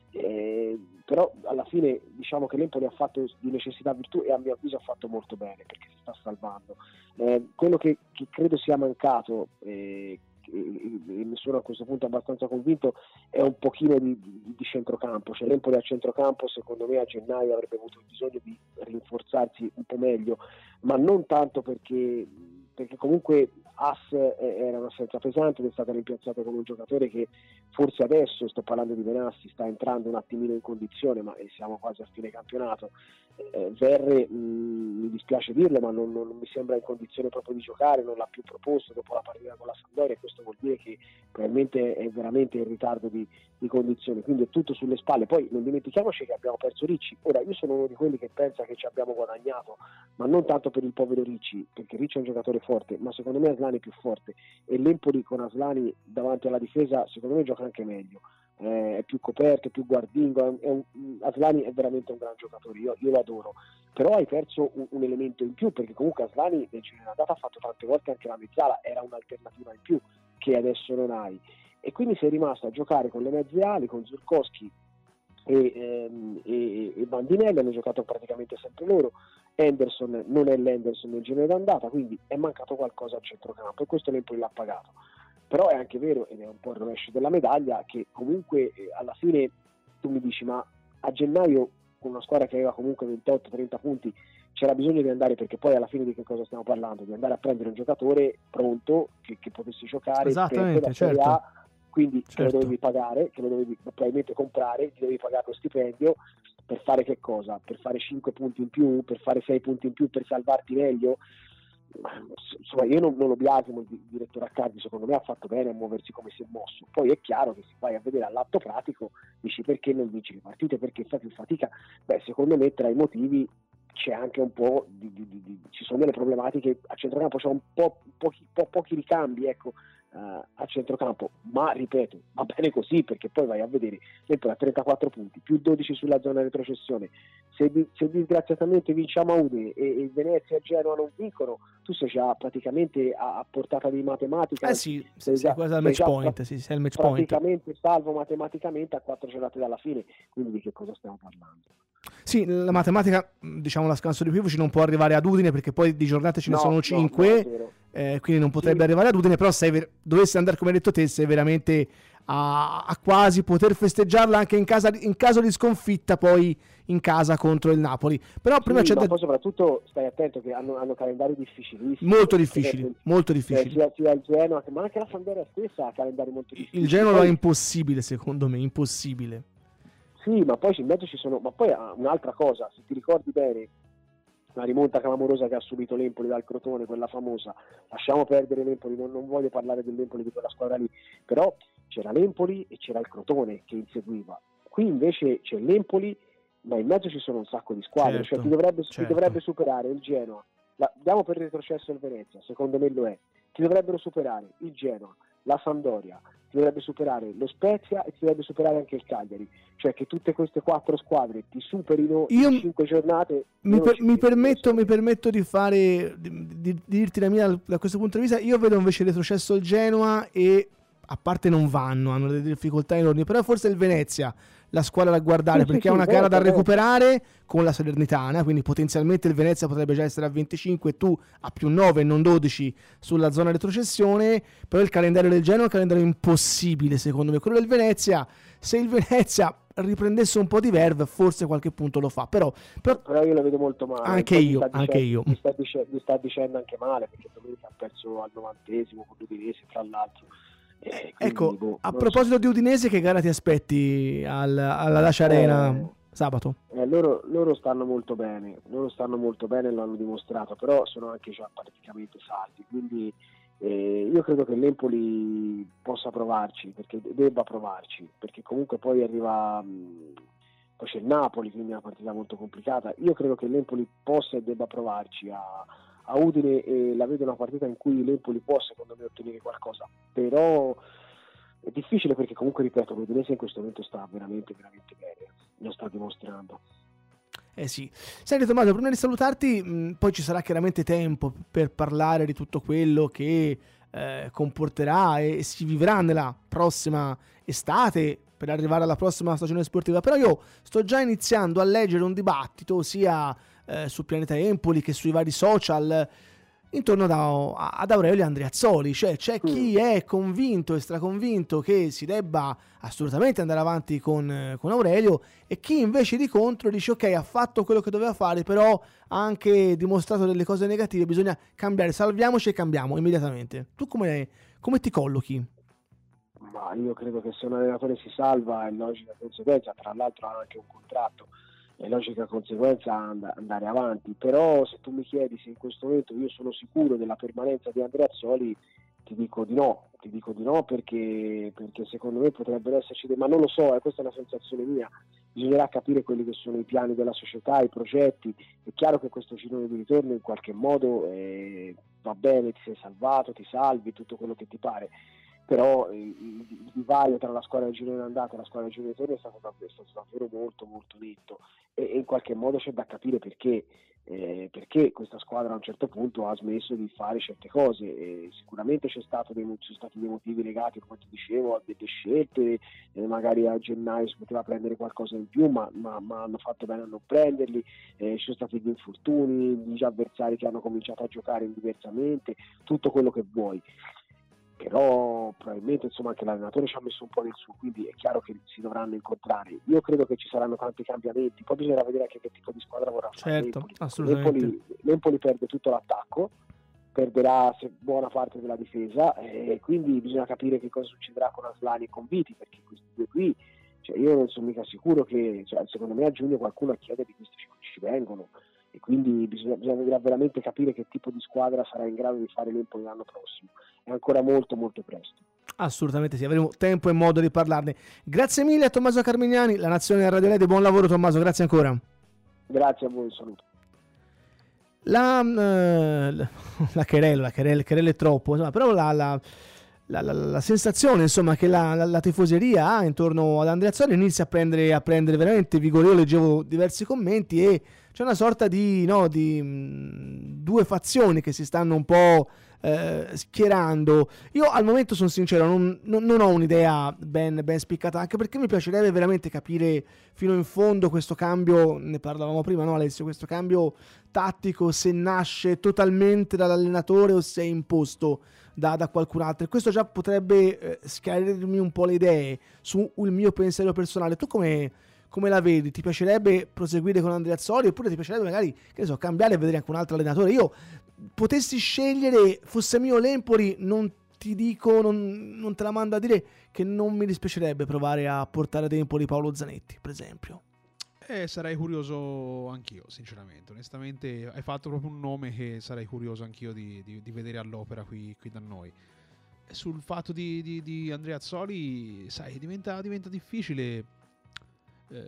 Eh, però alla fine diciamo che l'Empoli ha fatto di necessità virtù, e a mio avviso ha fatto molto bene, perché si sta salvando. Eh, quello che, che credo sia mancato, eh, e, e ne sono a questo punto abbastanza convinto, è un pochino di, di, di centrocampo. Cioè l'Empoli a centrocampo secondo me a gennaio avrebbe avuto bisogno di rinforzarsi un po' meglio, ma non tanto perché perché comunque As era un'assenza pesante ed è stato rimpiazzato con un giocatore che forse adesso, sto parlando di Benassi, sta entrando un attimino in condizione, ma siamo quasi a fine campionato. eh, Verre, mh, mi dispiace dirlo, ma non, non mi sembra in condizione proprio di giocare, non l'ha più proposto dopo la partita con la Sampdoria, e questo vuol dire che probabilmente è veramente in ritardo di, di condizione, quindi è tutto sulle spalle. Poi non dimentichiamoci che abbiamo perso Ricci. Ora, io sono uno di quelli che pensa che ci abbiamo guadagnato, ma non tanto per il povero Ricci, perché Ricci è un giocatore forte, ma secondo me Aslani è più forte, e l'Empoli con Aslani davanti alla difesa secondo me gioca anche meglio, eh, è più coperto, è più guardingo, è un, Aslani è veramente un gran giocatore, io, io lo adoro, però hai perso un, un elemento in più, perché comunque Aslani nel Generandata ha fatto tante volte anche la mezzala, era un'alternativa in più che adesso non hai, e quindi sei rimasto a giocare con le mezze ali, con Zurkowski e, ehm, e, e Bandinelli, hanno giocato praticamente sempre loro. Henderson non è l'Henderson del genere d'andata, quindi è mancato qualcosa al centrocampo, e questo l'Empoli l'ha pagato. Però è anche vero, ed è un po' il rovescio della medaglia, che comunque eh, alla fine tu mi dici, ma a gennaio con una squadra che aveva comunque ventotto trenta punti c'era bisogno di andare, perché poi alla fine di che cosa stiamo parlando? Di andare a prendere un giocatore pronto che, che potesse giocare esattamente, la certo. Serie A, quindi certo. che lo dovevi pagare, che lo dovevi probabilmente comprare, ti dovevi pagare lo stipendio. Per fare che cosa? Per fare cinque punti in più? Per fare sei punti in più? Per salvarti meglio? Insomma, io non, non lo biasimo il direttore Accardi, secondo me ha fatto bene a muoversi come si è mosso. Poi è chiaro che se vai a vedere all'atto pratico dici perché non vinci le partite, perché fai più fatica. Beh, secondo me tra i motivi c'è anche un po' di, di, di, di ci sono delle problematiche a centrocampo, c'è un po' pochi, po, pochi ricambi, ecco. uh, a centrocampo, ma ripeto, va bene così, perché poi vai a vedere l'Empoli a trentaquattro punti, più dodici sulla zona retrocessione. Se, se disgraziatamente vinciamo a Udine e, e Venezia e Genoa non vincono, tu sei già praticamente a, a portata di matematica. Eh sì, sei, sei già, quasi al sei match già point, pra- sì, sei il match praticamente point. salvo matematicamente a quattro giornate dalla fine, quindi di che cosa stiamo parlando? Sì, la matematica, diciamo, la scanso di equivoci non può arrivare ad Udine perché poi di giornate ce ne No, sono no, cinque, no, è vero. eh, quindi non potrebbe Sì. arrivare ad Udine, però se ver- dovesse andare come hai detto te, sei veramente a, a quasi poter festeggiarla anche in, casa, in caso di sconfitta poi in casa contro il Napoli. Però prima Sì, c'è ma da... poi soprattutto stai attento che hanno, hanno calendari difficilissimi. molto difficili, Cioè, molto cioè, difficili. sia, sia il Genoa, ma anche la Sampdoria stessa ha calendari molto difficili. Il Genoa lo Poi- è impossibile, secondo me, impossibile. Sì, ma poi in mezzo ci sono. Ma poi ah, un'altra cosa, se ti ricordi bene, la rimonta clamorosa che ha subito l'Empoli dal Crotone, quella famosa. Lasciamo perdere l'Empoli, non, non voglio parlare dell'Empoli di quella squadra lì, però c'era l'Empoli e c'era il Crotone che inseguiva. Qui invece c'è l'Empoli, ma in mezzo ci sono un sacco di squadre, Certo, cioè ti dovrebbe, ti certo. dovrebbe superare il Genoa. La, diamo per retrocesso il Venezia, secondo me lo è. Ti dovrebbero superare il Genoa, la Sampdoria, ti dovrebbe superare lo Spezia e ti dovrebbe superare anche il Cagliari, cioè che tutte queste quattro squadre ti superino Io in cinque giornate. mi, io per- ci mi credo, permetto, non so. mi permetto di fare di, di- di dirti la mia da questo punto di vista. Io vedo invece retrocesso il Genoa e a parte non vanno, hanno delle difficoltà enormi, però forse il Venezia la squadra da guardare, Sì, sì, perché sì, è una gara da Venezia, recuperare con la Salernitana, quindi potenzialmente il Venezia potrebbe già essere a venticinque e tu a più nove e non dodici sulla zona retrocessione. Però il calendario del Genoa è un calendario impossibile secondo me. Quello del Venezia, se il Venezia riprendesse un po' di verve forse qualche punto lo fa, però, però Però io lo vedo molto male. Anche Poi mi io, sta anche dicendo- io. Mi sta, dice- mi sta dicendo anche male, perché domenica ha perso al novantesimo con l'Udinese, tra l'altro. Eh, quindi, ecco, boh, a non proposito so. di Udinese, che gara ti aspetti al- alla Dacia Arena Eh, sabato? Eh, loro, loro stanno molto bene, loro stanno molto bene, lo hanno dimostrato, però sono anche già praticamente saldi, quindi eh, io credo che l'Empoli possa provarci, perché debba provarci, perché comunque poi arriva, mh, poi c'è il Napoli, quindi è una partita molto complicata. Io credo che l'Empoli possa e debba provarci a, a Udine, e la vedo una partita in cui l'Empoli può secondo me ottenere qualcosa, però è difficile perché comunque, ripeto, l'Udinese in questo momento sta veramente veramente bene, lo sta dimostrando. Eh sì. Senti Tommaso, prima di salutarti, mh, poi ci sarà chiaramente tempo per parlare di tutto quello che eh, comporterà e si vivrà nella prossima estate per arrivare alla prossima stagione sportiva, però io sto già iniziando a leggere un dibattito sia eh, su Pianeta Empoli che sui vari social intorno da, ad Aurelio Andreazzoli, cioè c'è chi è convinto e straconvinto che si debba assolutamente andare avanti con, con Aurelio, e chi invece di contro dice ok, ha fatto quello che doveva fare, però ha anche dimostrato delle cose negative, bisogna cambiare, salviamoci e cambiamo immediatamente. Tu come, come ti collochi? Ma io credo che se un allenatore si salva è logica conseguenza, tra l'altro ha anche un contratto, è logica conseguenza and- andare avanti, però se tu mi chiedi se in questo momento io sono sicuro della permanenza di Andreazzoli, ti dico di no, ti dico di no perché, perché secondo me potrebbero esserci dei, ma non lo so, eh, questa è una sensazione mia, bisognerà capire quelli che sono i piani della società, i progetti. È chiaro che questo girone di ritorno in qualche modo eh, va bene, ti sei salvato, ti salvi, tutto quello che ti pare, però eh, il, il divario tra la squadra del girone d'andata e la squadra del girone di ritorno è stato, davvero, è stato davvero molto molto netto, e, e in qualche modo c'è da capire perché. Eh, perché questa squadra a un certo punto ha smesso di fare certe cose, e sicuramente c'è stato dei, ci sono stati dei motivi legati, come ti dicevo, a delle scelte, eh, magari a gennaio si poteva prendere qualcosa in più, ma, ma, ma hanno fatto bene a non prenderli, eh, ci sono stati gli infortuni, gli avversari che hanno cominciato a giocare diversamente, tutto quello che vuoi, però probabilmente insomma anche l'allenatore ci ha messo un po' del suo, quindi è chiaro che si dovranno incontrare. Io credo che ci saranno tanti cambiamenti, poi bisognerà vedere anche che tipo di squadra vorrà fare Certo, l'Empoli. assolutamente. L'Empoli, L'Empoli perde tutto l'attacco, perderà buona parte della difesa, e quindi bisogna capire che cosa succederà con Aslani e con Viti, perché questi due qui, cioè io non sono mica sicuro che, cioè, secondo me a giugno qualcuno a chiedere di questi ci vengono, e quindi bisogna, bisogna veramente capire che tipo di squadra sarà in grado di fare l'Empoli l'anno prossimo. È ancora molto molto presto. Assolutamente sì, avremo tempo e modo di parlarne. Grazie mille a Tommaso Carmignani, la Nazione Radio Lede, buon lavoro Tommaso, grazie ancora. Grazie a voi, saluto. La, uh, la querela, la querela, querela è troppo, insomma, però la, la, la, la, la sensazione insomma che la, la, la tifoseria ha intorno ad Andreazzoli inizia a prendere, a prendere veramente vigore. Io leggevo diversi commenti e c'è una sorta di, no, di mh, due fazioni che si stanno un po' eh, schierando. Io al momento sono sincero, non, non, non ho un'idea ben, ben spiccata, anche perché mi piacerebbe veramente capire fino in fondo questo cambio, ne parlavamo prima, no Alessio, questo cambio tattico, se nasce totalmente dall'allenatore o se è imposto da, da qualcun altro. E questo già potrebbe eh, schiarirmi un po' le idee sul mio pensiero personale. Tu come... come la vedi? Ti piacerebbe proseguire con Andreazzoli oppure ti piacerebbe magari, che ne so, cambiare e vedere anche un altro allenatore? Io potessi scegliere, fosse mio l'Empoli, non ti dico, non, non te la mando a dire che non mi dispiacerebbe provare a portare ad Empoli Paolo Zanetti, per esempio. Eh, sarei curioso anch'io, sinceramente. Onestamente hai fatto proprio un nome che sarei curioso anch'io di, di, di vedere all'opera qui, qui da noi. Sul fatto di, di, di Andreazzoli, sai, diventa, diventa difficile Eh,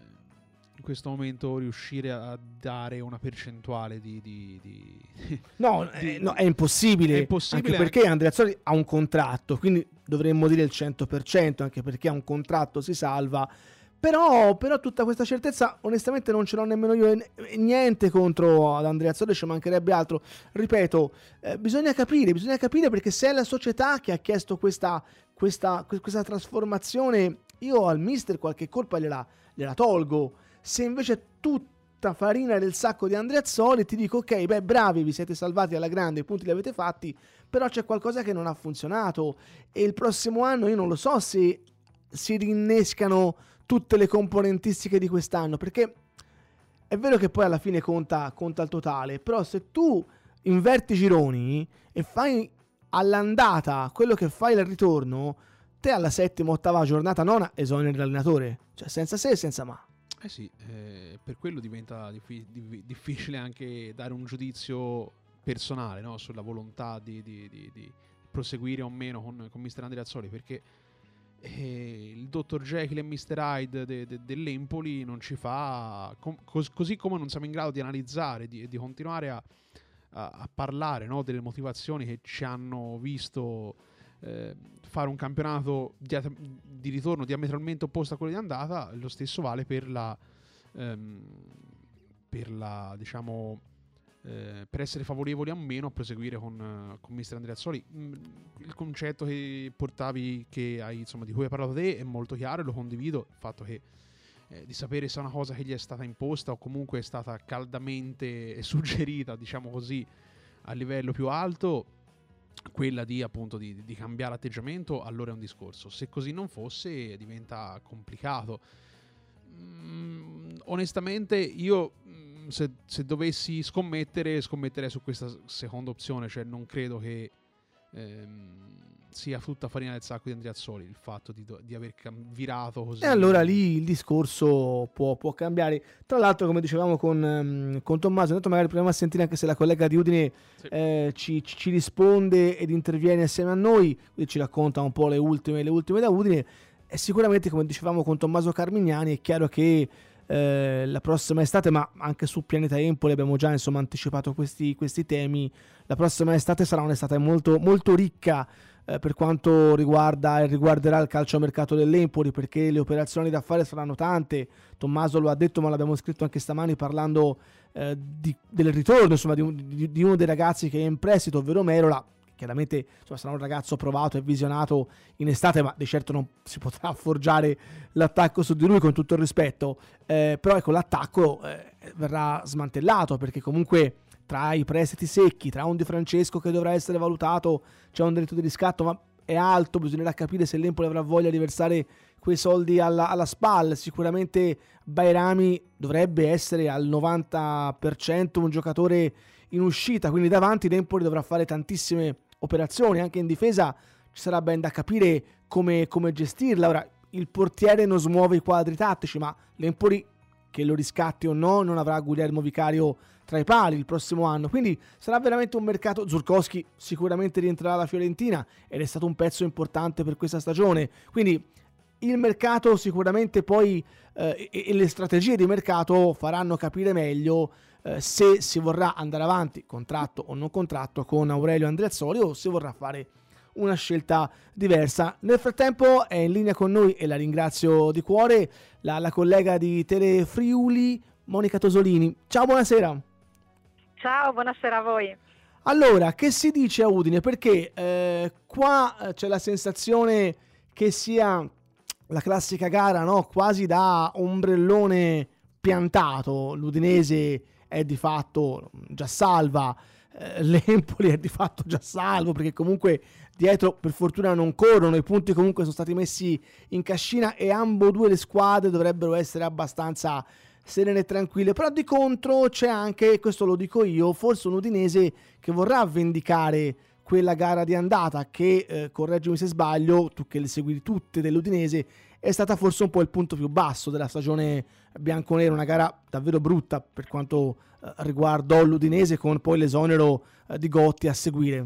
in questo momento riuscire a dare una percentuale di, di, di no, di, eh, no è impossibile, è impossibile anche perché Andreazzoli ha un contratto, quindi dovremmo dire il cento per cento, anche perché ha un contratto, si salva. Però, però tutta questa certezza onestamente non ce l'ho nemmeno io, e niente contro ad Andreazzoli, ci mancherebbe altro. Ripeto, eh, bisogna capire, bisogna capire perché se è la società che ha chiesto questa, questa, questa trasformazione, io al mister qualche colpa gliela, gliela tolgo. Se invece tutta farina del sacco di Andreazzoli, ti dico ok, beh bravi, vi siete salvati alla grande, i punti li avete fatti, però c'è qualcosa che non ha funzionato e il prossimo anno io non lo so se si rinnescano tutte le componentistiche di quest'anno, perché è vero che poi alla fine conta, conta il totale, però se tu inverti i gironi e fai all'andata quello che fai al ritorno, te alla settima, ottava giornata, nona, esoneri l'allenatore, cioè senza se e senza ma. Eh sì, eh, per quello diventa diffi- div- difficile anche dare un giudizio personale, no? Sulla volontà di, di, di, di proseguire o meno con, con mister Andreazzoli, perché eh, il dottor Jekyll e mister Hyde de, de, dell'Empoli non ci fa, com- cos- così come non siamo in grado di analizzare e di, di continuare a, a, a parlare, no? Delle motivazioni che ci hanno visto eh, fare un campionato di, di ritorno diametralmente opposto a quello di andata. Lo stesso vale per la ehm, per la diciamo eh, per essere favorevoli o meno a proseguire con, con mister Andreazzoli. Il concetto che portavi, che hai, insomma, di cui hai parlato te, è molto chiaro e lo condivido. Il fatto che eh, di sapere se è una cosa che gli è stata imposta o comunque è stata caldamente suggerita, diciamo così, a livello più alto, quella di appunto di, di cambiare atteggiamento, allora è un discorso. Se così non fosse diventa complicato. Mm, onestamente io mm, se, se dovessi scommettere scommetterei su questa seconda opzione, cioè non credo che ehm, sia tutta farina del sacco di Andreazzoli il fatto di, di aver cam- virato così. E allora lì il discorso può, può cambiare. Tra l'altro, come dicevamo con, um, con Tommaso, intanto magari proviamo a sentire anche se la collega di Udine sì. eh, ci, ci risponde ed interviene assieme a noi, quindi ci racconta un po' le ultime, le ultime da Udine. E sicuramente, come dicevamo con Tommaso Carmignani, è chiaro che eh, la prossima estate, ma anche su Pianeta Empoli abbiamo già insomma anticipato questi, questi temi, la prossima estate sarà un'estate molto, molto ricca eh, per quanto riguarda e riguarderà il calciomercato dell'Empoli, perché le operazioni da fare saranno tante. Tommaso lo ha detto, ma l'abbiamo scritto anche stamani parlando eh, di, del ritorno insomma, di, un, di, di uno dei ragazzi che è in prestito, ovvero Merola. Chiaramente insomma, sarà un ragazzo provato e visionato in estate, ma di certo non si potrà forgiare l'attacco su di lui, con tutto il rispetto, eh, però ecco, l'attacco eh, verrà smantellato, perché comunque tra i prestiti secchi, tra un Di Francesco che dovrà essere valutato, c'è un diritto di riscatto ma è alto, bisognerà capire se l'Empoli avrà voglia di versare quei soldi alla, alla S P A L. Sicuramente Bairami dovrebbe essere al novanta per cento un giocatore in uscita, quindi davanti l'Empoli dovrà fare tantissime operazioni, anche in difesa ci sarà ben da capire come, come gestirla. Ora, il portiere non smuove i quadri tattici, ma l'Empoli, che lo riscatti o no, non avrà Guglielmo Vicario tra i pali il prossimo anno, quindi sarà veramente un mercato. Zurkowski sicuramente rientrerà alla Fiorentina ed è stato un pezzo importante per questa stagione, quindi il mercato sicuramente poi eh, e, e le strategie di mercato faranno capire meglio eh, se si vorrà andare avanti, contratto o non contratto, con Aurelio Andreazzoli, o se vorrà fare una scelta diversa. Nel frattempo è in linea con noi, e la ringrazio di cuore, la, la collega di Tele Friuli, Monica Tosolini. Ciao, buonasera. Ciao, buonasera a voi. Allora, che si dice a Udine? Perché eh, qua c'è la sensazione che sia la classica gara, no? Quasi da ombrellone piantato. L'Udinese è di fatto già salva, eh, l'Empoli è di fatto già salvo, perché comunque dietro per fortuna non corrono, i punti comunque sono stati messi in cascina e ambo due le squadre dovrebbero essere abbastanza serene e tranquille. Però di contro c'è anche, questo lo dico io, forse un Udinese che vorrà vendicare quella gara di andata che, eh, correggimi se sbaglio, tu che le segui tutte dell'Udinese, è stata forse un po' il punto più basso della stagione bianconera, una gara davvero brutta per quanto eh, riguardò l'Udinese, con poi l'esonero eh, di Gotti a seguire.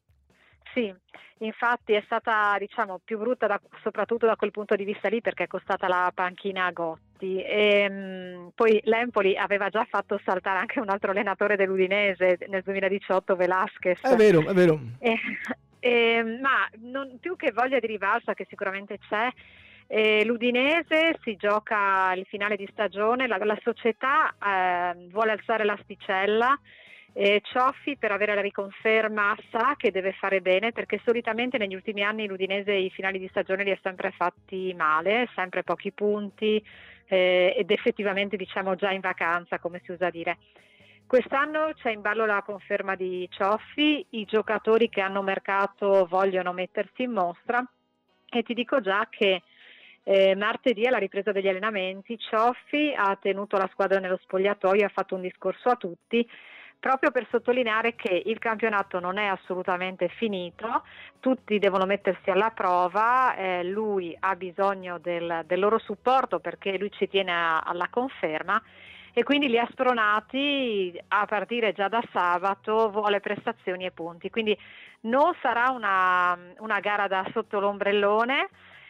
Sì, infatti è stata, diciamo, più brutta da, soprattutto da quel punto di vista lì, perché è costata la panchina a Gotti. E, mh, poi l'Empoli aveva già fatto saltare anche un altro allenatore dell'Udinese nel duemiladiciotto, Velasquez. È vero, è vero. E, e, ma non, più che voglia di rivalsa, che sicuramente c'è, eh, l'Udinese si gioca il finale di stagione, la, la società eh, vuole alzare l'asticella. E Cioffi, per avere la riconferma, sa che deve fare bene, perché solitamente negli ultimi anni l'Udinese i finali di stagione li ha sempre fatti male, sempre pochi punti, eh, ed effettivamente, diciamo, già in vacanza, come si usa dire. Quest'anno c'è in ballo la conferma di Cioffi, i giocatori che hanno mercato vogliono mettersi in mostra, e ti dico già che eh, martedì alla ripresa degli allenamenti Cioffi ha tenuto la squadra nello spogliatoio, ha fatto un discorso a tutti, proprio per sottolineare che il campionato non è assolutamente finito, tutti devono mettersi alla prova, eh, lui ha bisogno del, del loro supporto, perché lui ci tiene a, alla conferma, e quindi li ha spronati a partire già da sabato, vuole prestazioni e punti, quindi non sarà una, una gara da sotto l'ombrellone.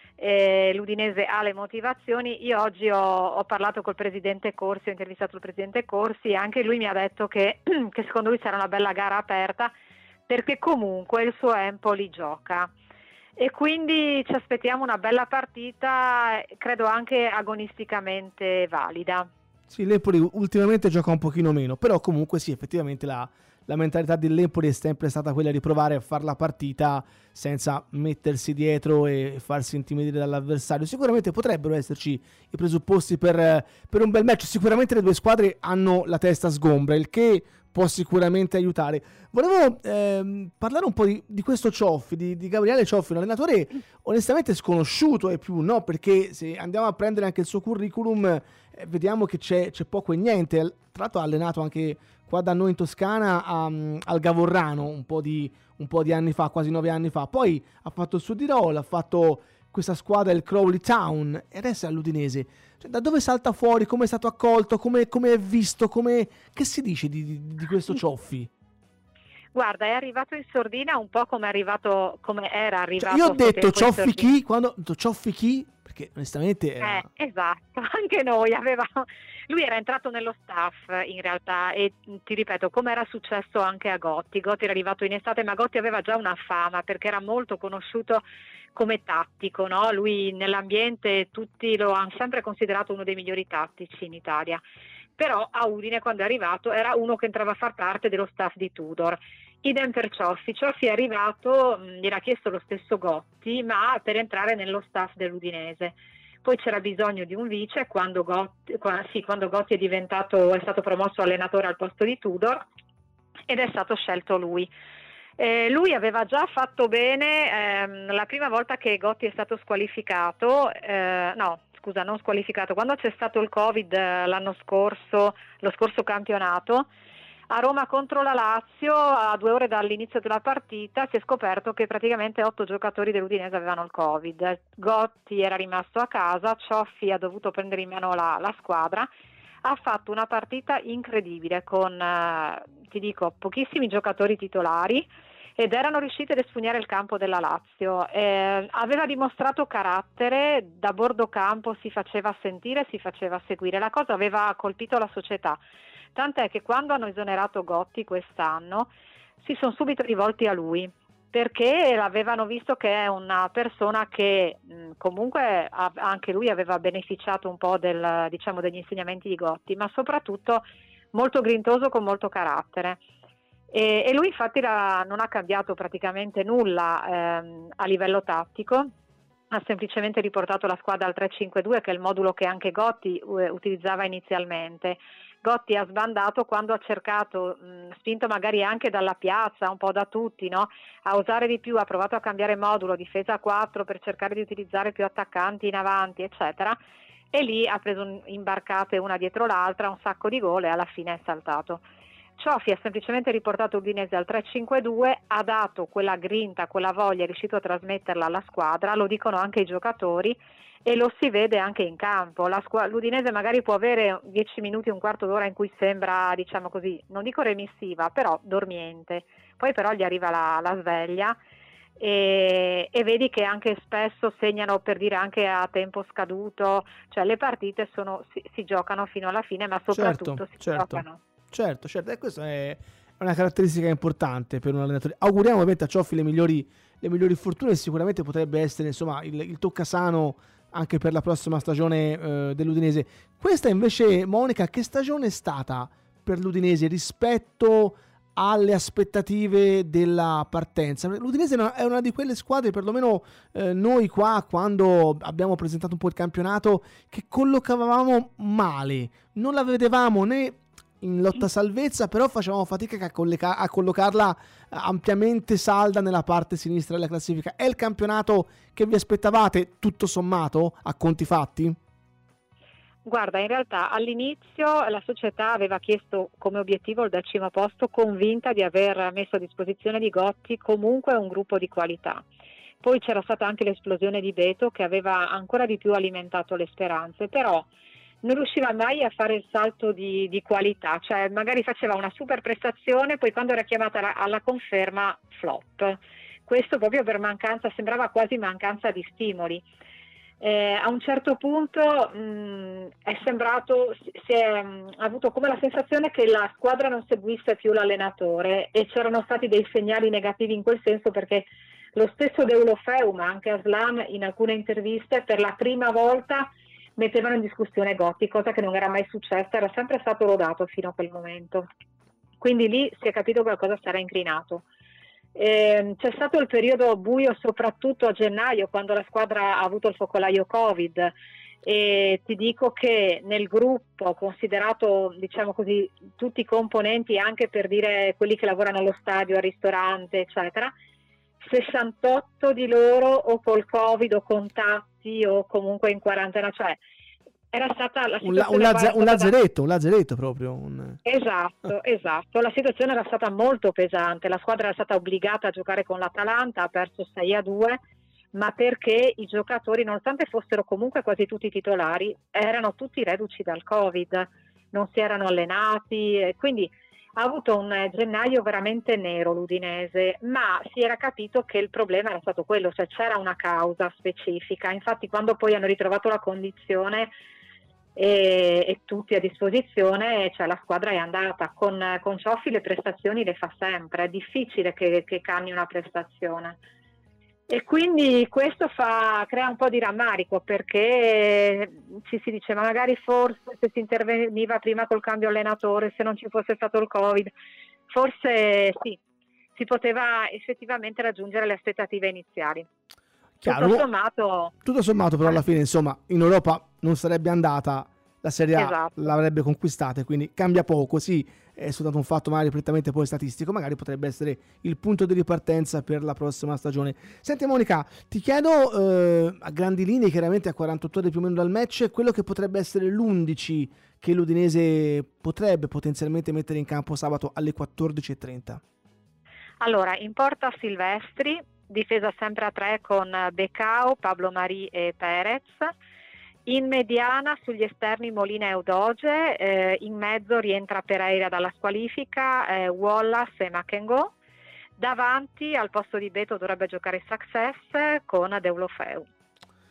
Eh, l'Udinese ha le motivazioni. Io oggi ho, ho parlato col presidente Corsi, ho intervistato il presidente Corsi, e anche lui mi ha detto che, che secondo lui sarà una bella gara aperta, perché comunque il suo Empoli gioca, e quindi ci aspettiamo una bella partita, credo anche agonisticamente valida. Sì, l'Empoli ultimamente gioca un pochino meno, però comunque sì, effettivamente la, la mentalità dell'Empoli è sempre stata quella di provare a fare la partita senza mettersi dietro e farsi intimidire dall'avversario. Sicuramente potrebbero esserci i presupposti per, per un bel match. Sicuramente le due squadre hanno la testa sgombra, il che può sicuramente aiutare. Volevo ehm, parlare un po' di, di questo Cioffi, di, di Gabriele Cioffi, un allenatore onestamente sconosciuto e più, no? Perché se andiamo a prendere anche il suo curriculum, eh, vediamo che c'è, c'è poco e niente. Tra l'altro ha allenato anche qua da noi in Toscana a, al Gavorrano un po' di un po' di anni fa, quasi nove anni fa. Poi ha fatto il Sud Tirol, ha fatto questa squadra, il Crawley Town, e adesso è all'Udinese. Cioè, da dove salta fuori? Come è stato accolto? Come, come è visto? Come, che si dice di, di, di questo Cioffi? Guarda, è arrivato in sordina un po' come è arrivato, come era arrivato. Cioè, io ho detto Cioffi chi, quando ho detto Cioffi chi? Perché onestamente era... eh, esatto, anche noi avevamo. Lui era entrato nello staff in realtà, e ti ripeto, come era successo anche a Gotti. Gotti era arrivato in estate, ma Gotti aveva già una fama perché era molto conosciuto come tattico, no? Lui nell'ambiente tutti lo hanno sempre considerato uno dei migliori tattici in Italia. Però a Udine, quando è arrivato, era uno che entrava a far parte dello staff di Tudor. Idem per Cioffi. Cioffi è arrivato, gli era chiesto lo stesso Gotti, ma per entrare nello staff dell'Udinese. Poi c'era bisogno di un vice quando Gotti, quando, sì, quando Gotti è diventato, è stato promosso allenatore al posto di Tudor, ed è stato scelto lui. Eh, lui aveva già fatto bene ehm, la prima volta che Gotti è stato squalificato, eh, no, scusa, non squalificato, quando c'è stato il Covid eh, l'anno scorso, lo scorso campionato, a Roma contro la Lazio, a due ore dall'inizio della partita, si è scoperto che praticamente otto giocatori dell'Udinese avevano il Covid. Gotti era rimasto a casa, Cioffi ha dovuto prendere in mano la, la squadra, ha fatto una partita incredibile con, eh, ti dico, pochissimi giocatori titolari, ed erano riusciti ad espugnare il campo della Lazio. Eh, aveva dimostrato carattere, da bordo campo si faceva sentire, si faceva seguire, la cosa aveva colpito la società. Tant'è che quando hanno esonerato Gotti quest'anno si sono subito rivolti a lui, perché avevano visto che è una persona che mh, comunque ha, anche lui aveva beneficiato un po' del, diciamo, degli insegnamenti di Gotti, ma soprattutto molto grintoso, con molto carattere. E, e lui infatti la, non ha cambiato praticamente nulla ehm, a livello tattico, ha semplicemente riportato la squadra al tre cinque due, che è il modulo che anche Gotti uh, utilizzava inizialmente. Gotti ha sbandato quando ha cercato, mh, spinto magari anche dalla piazza, un po' da tutti, no? A osare di più, ha provato a cambiare modulo, difesa a quattro per cercare di utilizzare più attaccanti in avanti, eccetera, e lì ha preso un, imbarcate una dietro l'altra, un sacco di gol, e alla fine è saltato. Cioffi ha semplicemente riportato l'Udinese al tre cinque due, ha dato quella grinta, quella voglia, è riuscito a trasmetterla alla squadra, lo dicono anche i giocatori, e lo si vede anche in campo. La squ- L'Udinese magari può avere dieci minuti, un quarto d'ora in cui sembra, diciamo così, non dico remissiva, però dormiente, poi però gli arriva la, la sveglia, e, e vedi che anche spesso segnano, per dire, anche a tempo scaduto, cioè le partite sono, si, si giocano fino alla fine, ma soprattutto certo, si certo, giocano. Certo, certo, e questa è una caratteristica importante per un allenatore. Auguriamo ovviamente a Cioffi le migliori, le migliori fortune, sicuramente potrebbe essere, insomma, il, il toccasano anche per la prossima stagione eh, dell'Udinese. Questa invece, Monica, che stagione è stata per l'Udinese rispetto alle aspettative della partenza? L'Udinese è una di quelle squadre, perlomeno eh, noi qua, quando abbiamo presentato un po' il campionato, che collocavamo male, non la vedevamo né in lotta salvezza, però facevamo fatica a, colloca- a collocarla ampiamente salda nella parte sinistra della classifica. È il campionato che vi aspettavate, tutto sommato, a conti fatti? Guarda, in realtà all'inizio la società aveva chiesto come obiettivo il decimo posto, convinta di aver messo a disposizione di Gotti comunque un gruppo di qualità. Poi c'era stata anche l'esplosione di Beto, che aveva ancora di più alimentato le speranze, però non riusciva mai a fare il salto di, di qualità, cioè magari faceva una super prestazione, poi quando era chiamata alla, alla conferma, flop. Questo proprio per mancanza, sembrava quasi mancanza di stimoli. Eh, a un certo punto mh, è sembrato, si è mh, avuto come la sensazione che la squadra non seguisse più l'allenatore, e c'erano stati dei segnali negativi in quel senso, perché lo stesso Deulofeu, ma anche Aslan, in alcune interviste per la prima volta mettevano in discussione Gotti, cosa che non era mai successa, era sempre stato lodato fino a quel momento. Quindi lì si è capito che qualcosa sarà inclinato. Eh, c'è stato il periodo buio soprattutto a gennaio, quando la squadra ha avuto il focolaio Covid, e ti dico che nel gruppo, considerato, diciamo così, tutti i componenti, anche per dire quelli che lavorano allo stadio, al ristorante, eccetera, sessantotto di loro o col Covid o contatti o comunque in quarantena, cioè era stata la un, la, situazione un, lazza, un lazzeretto, da... un lazzeretto proprio. Un... Esatto, esatto. La situazione era stata molto pesante, la squadra era stata obbligata a giocare con l'Atalanta, ha perso sei a due, ma perché i giocatori, nonostante fossero comunque quasi tutti titolari, erano tutti reduci dal Covid, non si erano allenati, e quindi ha avuto un gennaio veramente nero l'Udinese, ma si era capito che il problema era stato quello, cioè c'era una causa specifica. Infatti quando poi hanno ritrovato la condizione e, e tutti a disposizione, cioè la squadra è andata. Con, con Cioffi le prestazioni le fa sempre, è difficile che, che cambi una prestazione. E quindi questo fa, crea un po' di rammarico, perché ci si dice ma magari forse se si interveniva prima col cambio allenatore, se non ci fosse stato il Covid, forse sì, si poteva effettivamente raggiungere le aspettative iniziali. Chiaro, tutto sommato, tutto sommato però alla fine, insomma, in Europa non sarebbe andata, la Serie A esatto. l'avrebbe conquistata, quindi cambia poco, sì, è soltanto un fatto magari prettamente poi statistico, magari potrebbe essere il punto di ripartenza per la prossima stagione. Senti Monica, ti chiedo eh, a grandi linee, chiaramente a quarantotto ore più o meno dal match, quello che potrebbe essere l'undici che l'Udinese potrebbe potenzialmente mettere in campo sabato alle quattordici e trenta. Allora, in porta Silvestri, difesa sempre a tre con Becao, Pablo Mari e Perez. In mediana sugli esterni Molina e Udoge, eh, in mezzo rientra Pereira dalla squalifica, eh, Wallace e Makengo. Davanti al posto di Beto dovrebbe giocare Success con Deulofeu.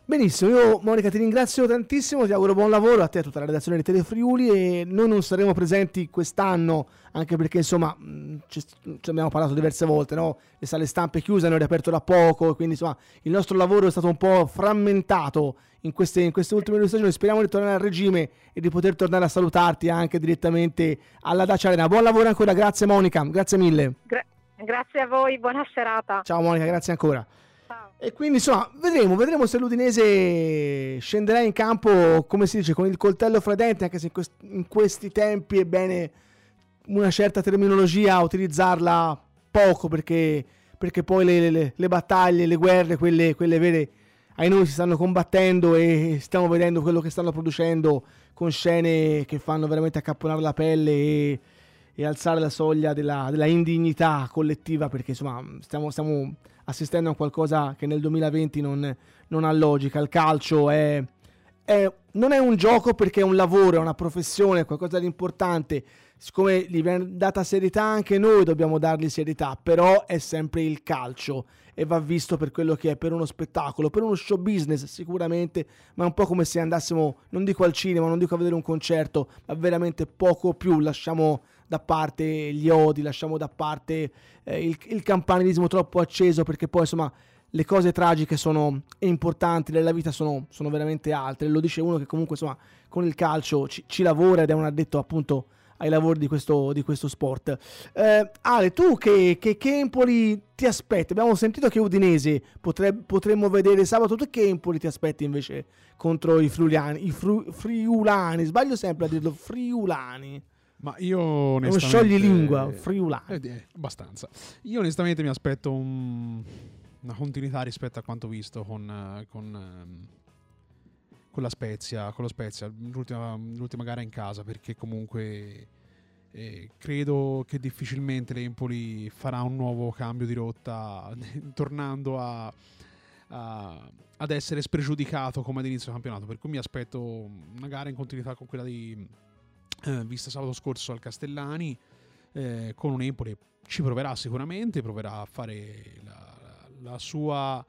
Benissimo, io Monica ti ringrazio tantissimo, ti auguro buon lavoro a te e a tutta la redazione di Telefriuli, e noi non saremo presenti quest'anno anche perché insomma ci, ci abbiamo parlato diverse volte, no? Le sale stampe chiuse, hanno riaperto da poco, quindi insomma il nostro lavoro è stato un po' frammentato in queste, in queste ultime due stagioni. Speriamo di tornare al regime e di poter tornare a salutarti anche direttamente alla Dacia Arena. Buon lavoro ancora, grazie Monica, grazie mille. Gra- grazie a voi, buona serata. Ciao Monica, grazie ancora. Ciao. E quindi insomma vedremo, vedremo se l'Udinese scenderà in campo, come si dice, con il coltello fra i denti, anche se in, quest- in questi tempi è bene una certa terminologia utilizzarla poco, perché, perché poi le, le, le battaglie, le guerre, quelle, quelle vere, ai noi si stanno combattendo e stiamo vedendo quello che stanno producendo, con scene che fanno veramente accapponare la pelle e, e alzare la soglia della, della indignità collettiva, perché insomma stiamo, stiamo assistendo a qualcosa che nel duemilaventi non, non ha logica. Il calcio è, è, non è un gioco, perché è un lavoro, è una professione, è qualcosa di importante. Siccome gli viene data serietà, anche noi dobbiamo dargli serietà, però è sempre il calcio e va visto per quello che è, per uno spettacolo, per uno show business sicuramente, ma è un po' come se andassimo, non dico al cinema, non dico a vedere un concerto, ma veramente poco più. Lasciamo da parte gli odi, lasciamo da parte eh, il, il campanilismo troppo acceso, perché poi insomma le cose tragiche sono importanti nella vita, sono, sono veramente altre. Lo dice uno che comunque insomma con il calcio ci, ci lavora ed è un addetto appunto ai lavori di questo, di questo sport. Eh, Ale, tu che, che, che Empoli ti aspetti? Abbiamo sentito che Udinese potre, potremmo vedere sabato. Tu che Empoli ti aspetti invece contro i friulani? I fru, friulani, sbaglio sempre a dirlo, friulani. Ma io onestamente... Uno scioglilingua, friulani. Eh, eh, abbastanza. Io onestamente mi aspetto un, una continuità rispetto a quanto visto con... con con la Spezia, con lo Spezia, l'ultima, l'ultima gara in casa, perché comunque eh, credo che difficilmente l'Empoli farà un nuovo cambio di rotta tornando a, a, ad essere spregiudicato come ad inizio campionato, per cui mi aspetto una gara in continuità con quella di eh, vista sabato scorso al Castellani, eh, con un Empoli ci proverà sicuramente, proverà a fare la, la sua...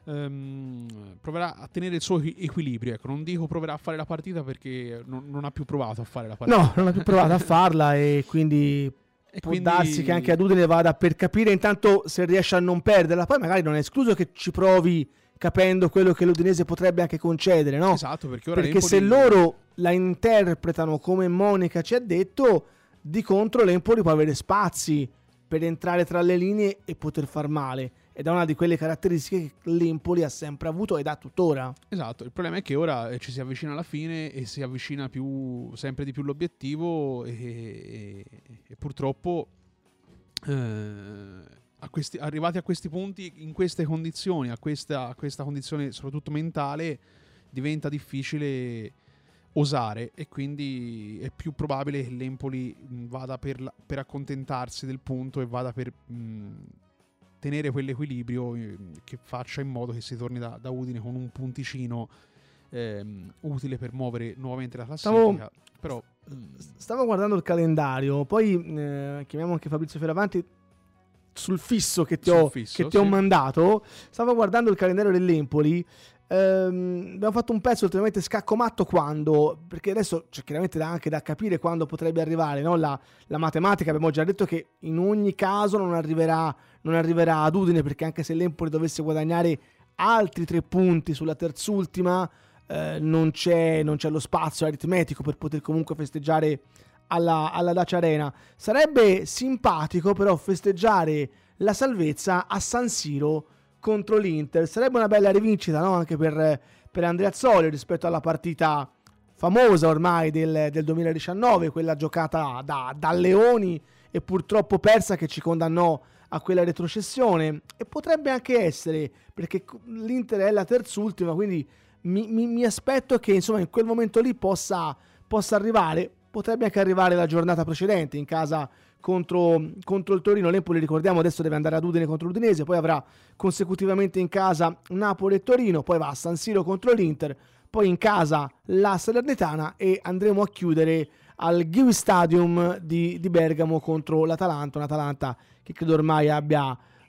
Um, proverà a tenere il suo equilibrio, ecco. Non dico proverà a fare la partita, perché non, non ha più provato a fare la partita. No, non ha più provato a farla e quindi e può quindi... darsi che anche ad Udine vada per capire intanto se riesce a non perderla. Poi magari non è escluso che ci provi capendo quello che l'Udinese potrebbe anche concedere, no? Esatto, perché ora perché l'Empoli... se loro la interpretano come Monica ci ha detto, di contro l'Empoli può avere spazi per entrare tra le linee e poter far male. Ed è una di quelle caratteristiche che l'Empoli ha sempre avuto ed ha tuttora. Esatto, il problema è che ora ci si avvicina alla fine e si avvicina più, sempre di più l'obiettivo e, e, e purtroppo eh, a questi, arrivati a questi punti, in queste condizioni, a questa, a questa condizione soprattutto mentale, diventa difficile osare, e quindi è più probabile che l'Empoli vada per, la, per accontentarsi del punto e vada per... Mh, tenere quell'equilibrio che faccia in modo che si torni da, da Udine con un punticino ehm, utile per muovere nuovamente la classifica. Stavo, però stavo guardando il calendario, poi eh, chiamiamo anche Fabrizio Fioravanti sul fisso che ti, ho, fisso, che ti sì. ho mandato. Stavo guardando il calendario dell'Empoli. Ehm, abbiamo fatto un pezzo ultimamente scaccomatto quando, perché adesso c'è chiaramente da, anche da capire quando potrebbe arrivare, no? la, la matematica. Abbiamo già detto che in ogni caso non arriverà, non arriverà ad Udine, perché anche se l'Empoli dovesse guadagnare altri tre punti sulla terzultima, eh, non, c'è, non c'è lo spazio aritmetico per poter comunque festeggiare alla, alla Dacia Arena. Sarebbe simpatico però festeggiare la salvezza a San Siro contro l'Inter. Sarebbe una bella rivincita, no? Anche per, per Andreazzoli rispetto alla partita famosa ormai del, del duemiladiciannove, quella giocata da, da Leoni e purtroppo persa, che ci condannò a quella retrocessione. E potrebbe anche essere, perché l'Inter è la terzultima, quindi mi, mi, mi aspetto che insomma in quel momento lì possa, possa arrivare, potrebbe anche arrivare la giornata precedente in casa contro, contro il Torino. L'Empoli, ricordiamo, adesso deve andare ad Udine contro l'Udinese, poi avrà consecutivamente in casa Napoli e Torino, poi va a San Siro contro l'Inter, poi in casa la Salernitana e andremo a chiudere al Givi Stadium di, di Bergamo contro l'Atalanta, un'Atalanta che credo ormai abbia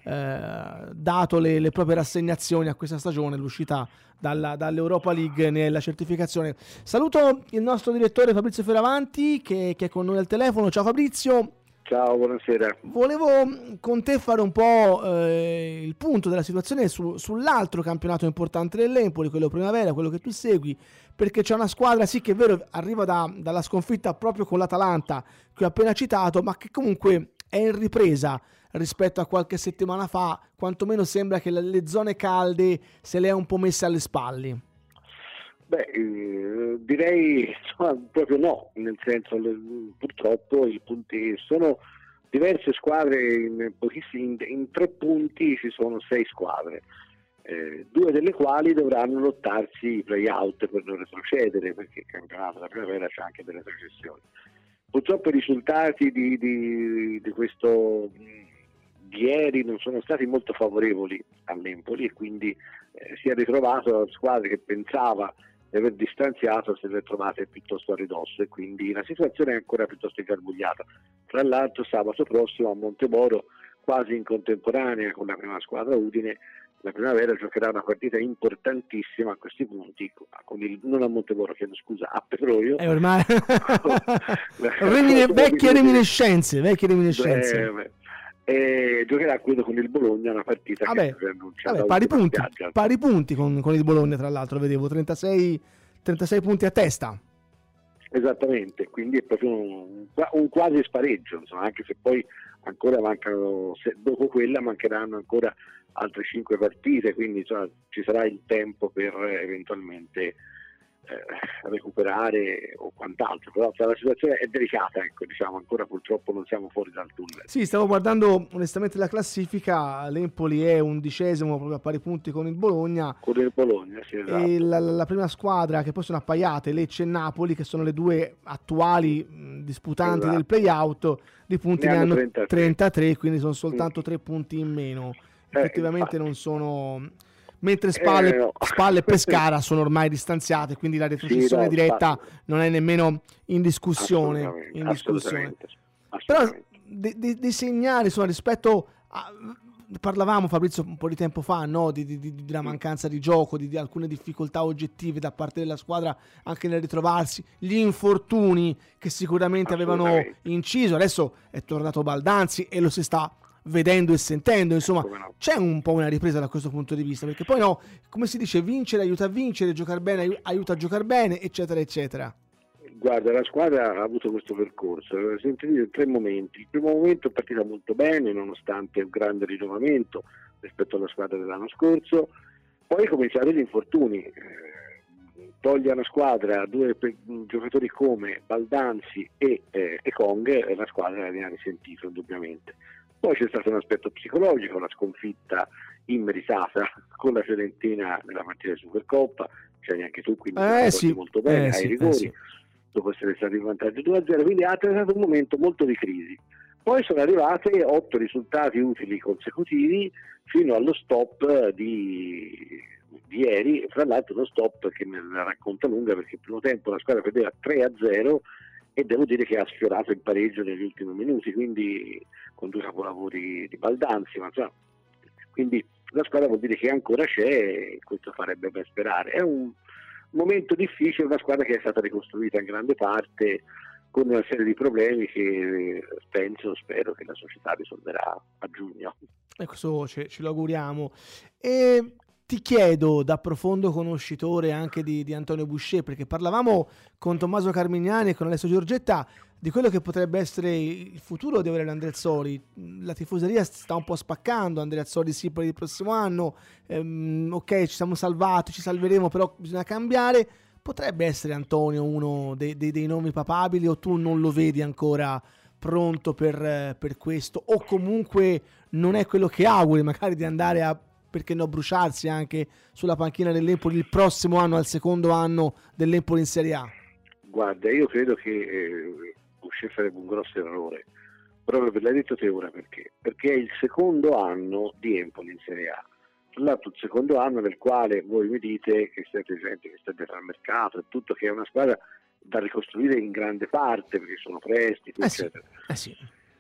eh, dato le, le proprie rassegnazioni a questa stagione, l'uscita dalla, dall'Europa League nella certificazione. Saluto il nostro direttore Fabrizio Fioravanti che, che è con noi al telefono. Ciao Fabrizio. Ciao, buonasera. Volevo con te fare un po' eh, il punto della situazione su, sull'altro campionato importante dell'Empoli, quello primavera, quello che tu segui, perché c'è una squadra, sì che è vero, arriva da, dalla sconfitta proprio con l'Atalanta, che ho appena citato, ma che comunque è in ripresa rispetto a qualche settimana fa, quantomeno sembra che le, le zone calde se le ha un po' messe alle spalle. Beh, eh, direi insomma, proprio no, nel senso le, purtroppo i punti sono diverse squadre, in, in, in tre punti ci sono sei squadre, eh, due delle quali dovranno lottarsi i play-out per non retrocedere, perché il campionato della primavera c'è anche delle retrocessioni. Purtroppo i risultati di, di, di questo di ieri non sono stati molto favorevoli all'Empoli e quindi eh, si è ritrovato la squadra che pensava di aver distanziato, se le trovate piuttosto a ridosso e quindi la situazione è ancora piuttosto ingarbugliata. Tra l'altro sabato prossimo a Montemoro, quasi in contemporanea con la prima squadra Udine, la primavera giocherà una partita importantissima a questi punti, con il, non a Montemoro, chiedo scusa, a Petroio. È ormai Remine, vecchie reminiscenze, vecchie reminiscenze. Eh, e giocherà quello con il Bologna, una partita vabbè, che è annunciata. Vabbè, pari punti, pari punti con, con il Bologna, tra l'altro, vedevo trentasei, trentasei punti a testa. Esattamente, quindi è proprio un, un quasi spareggio, insomma, anche se poi ancora mancano, se, dopo quella mancheranno ancora altre cinque partite, quindi insomma, ci sarà il tempo per eventualmente eh, recuperare o quant'altro, però la situazione è delicata, ecco, diciamo, ancora purtroppo non siamo fuori dal tunnel. Sì, stavo guardando onestamente la classifica, l'Empoli è undicesimo proprio a pari punti con il Bologna, con il Bologna, sì, esatto. E la, la prima squadra che poi sono appaiate, Lecce e Napoli, che sono le due attuali mh, disputanti esatto. del play-out, di punti ne, ne hanno trentatré. trentatré, quindi sono soltanto tre mm. punti in meno. Effettivamente eh, non sono... Mentre Spalle, eh, no. Spalle e Pescara sono ormai distanziate, quindi la retrocessione sì, no, diretta infatti. non è nemmeno in discussione. Assolutamente, in discussione. Assolutamente, assolutamente. Però dei de, de segnali insomma, rispetto a... Parlavamo, Fabrizio, un po' di tempo fa, no? di, di, di, di una mancanza di gioco, di, di alcune difficoltà oggettive da parte della squadra anche nel ritrovarsi, gli infortuni che sicuramente avevano inciso. Adesso è tornato Baldanzi e lo si sta vedendo e sentendo, insomma no. C'è un po' una ripresa da questo punto di vista, perché poi no, come si dice, vincere aiuta a vincere, giocare bene aiuta a giocare bene, eccetera eccetera. Guarda, la squadra ha avuto questo percorso, si è sentito in tre momenti. Il primo momento è partita molto bene, nonostante un grande rinnovamento rispetto alla squadra dell'anno scorso, poi cominciato gli infortuni, eh, toglie alla squadra due pe- giocatori come Baldanzi e, eh, e Kong, e la squadra ne ha risentito indubbiamente. Poi c'è stato un aspetto psicologico, la sconfitta immeritata con la Fiorentina nella partita di Supercoppa, cioè neanche tu, quindi eh, sì. molto bene, eh, ai sì, rigori, eh, sì. dopo essere stati in vantaggio due a zero, quindi ha attraversato un momento molto di crisi. Poi sono arrivate otto risultati utili consecutivi fino allo stop di, di ieri, fra l'altro lo stop che me la racconta lunga, perché il primo tempo la squadra perdeva tre a zero e devo dire che ha sfiorato il pareggio negli ultimi minuti, quindi con due capolavori di Baldanzi, ma insomma, quindi la squadra vuol dire che ancora c'è e questo farebbe ben sperare. È un momento difficile, una squadra che è stata ricostruita in grande parte con una serie di problemi che penso, spero che la società risolverà a giugno. E questo ce, ce lo auguriamo. E ti chiedo, da profondo conoscitore anche di, di Antonio Boucher, perché parlavamo con Tommaso Carmignani e con Alessio Giorgetta di quello che potrebbe essere il futuro di Aurelio Andreazzoli. La tifoseria sta un po' spaccando, Andreazzoli sì per il prossimo anno, ehm, ok ci siamo salvati, ci salveremo, però bisogna cambiare. Potrebbe essere Antonio uno dei, dei, dei nomi papabili, o tu non lo vedi ancora pronto per, per questo, o comunque non è quello che auguri magari di andare a, perché no, bruciarsi anche sulla panchina dell'Empoli il prossimo anno, al secondo anno dell'Empoli in Serie A? Guarda, io credo che eh, Boucher sarebbe un grosso errore, proprio per l'hai detto te ora, perché? Perché è il secondo anno di Empoli in Serie A. Tra l'altro il secondo anno nel quale voi mi dite che siete gente che sta dietro al mercato e tutto, che è una squadra da ricostruire in grande parte perché sono prestiti, eh eccetera. Sì, eh sì.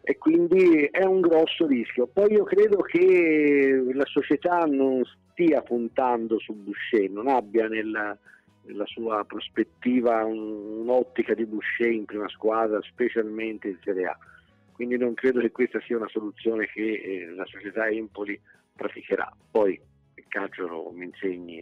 e quindi è un grosso rischio. Poi io credo che la società non stia puntando su Boucher, non abbia nella, nella sua prospettiva un, un'ottica di Boucher in prima squadra, specialmente in Serie A. Quindi non credo che questa sia una soluzione che eh, la società Empoli praticherà. Poi il calcio mi insegni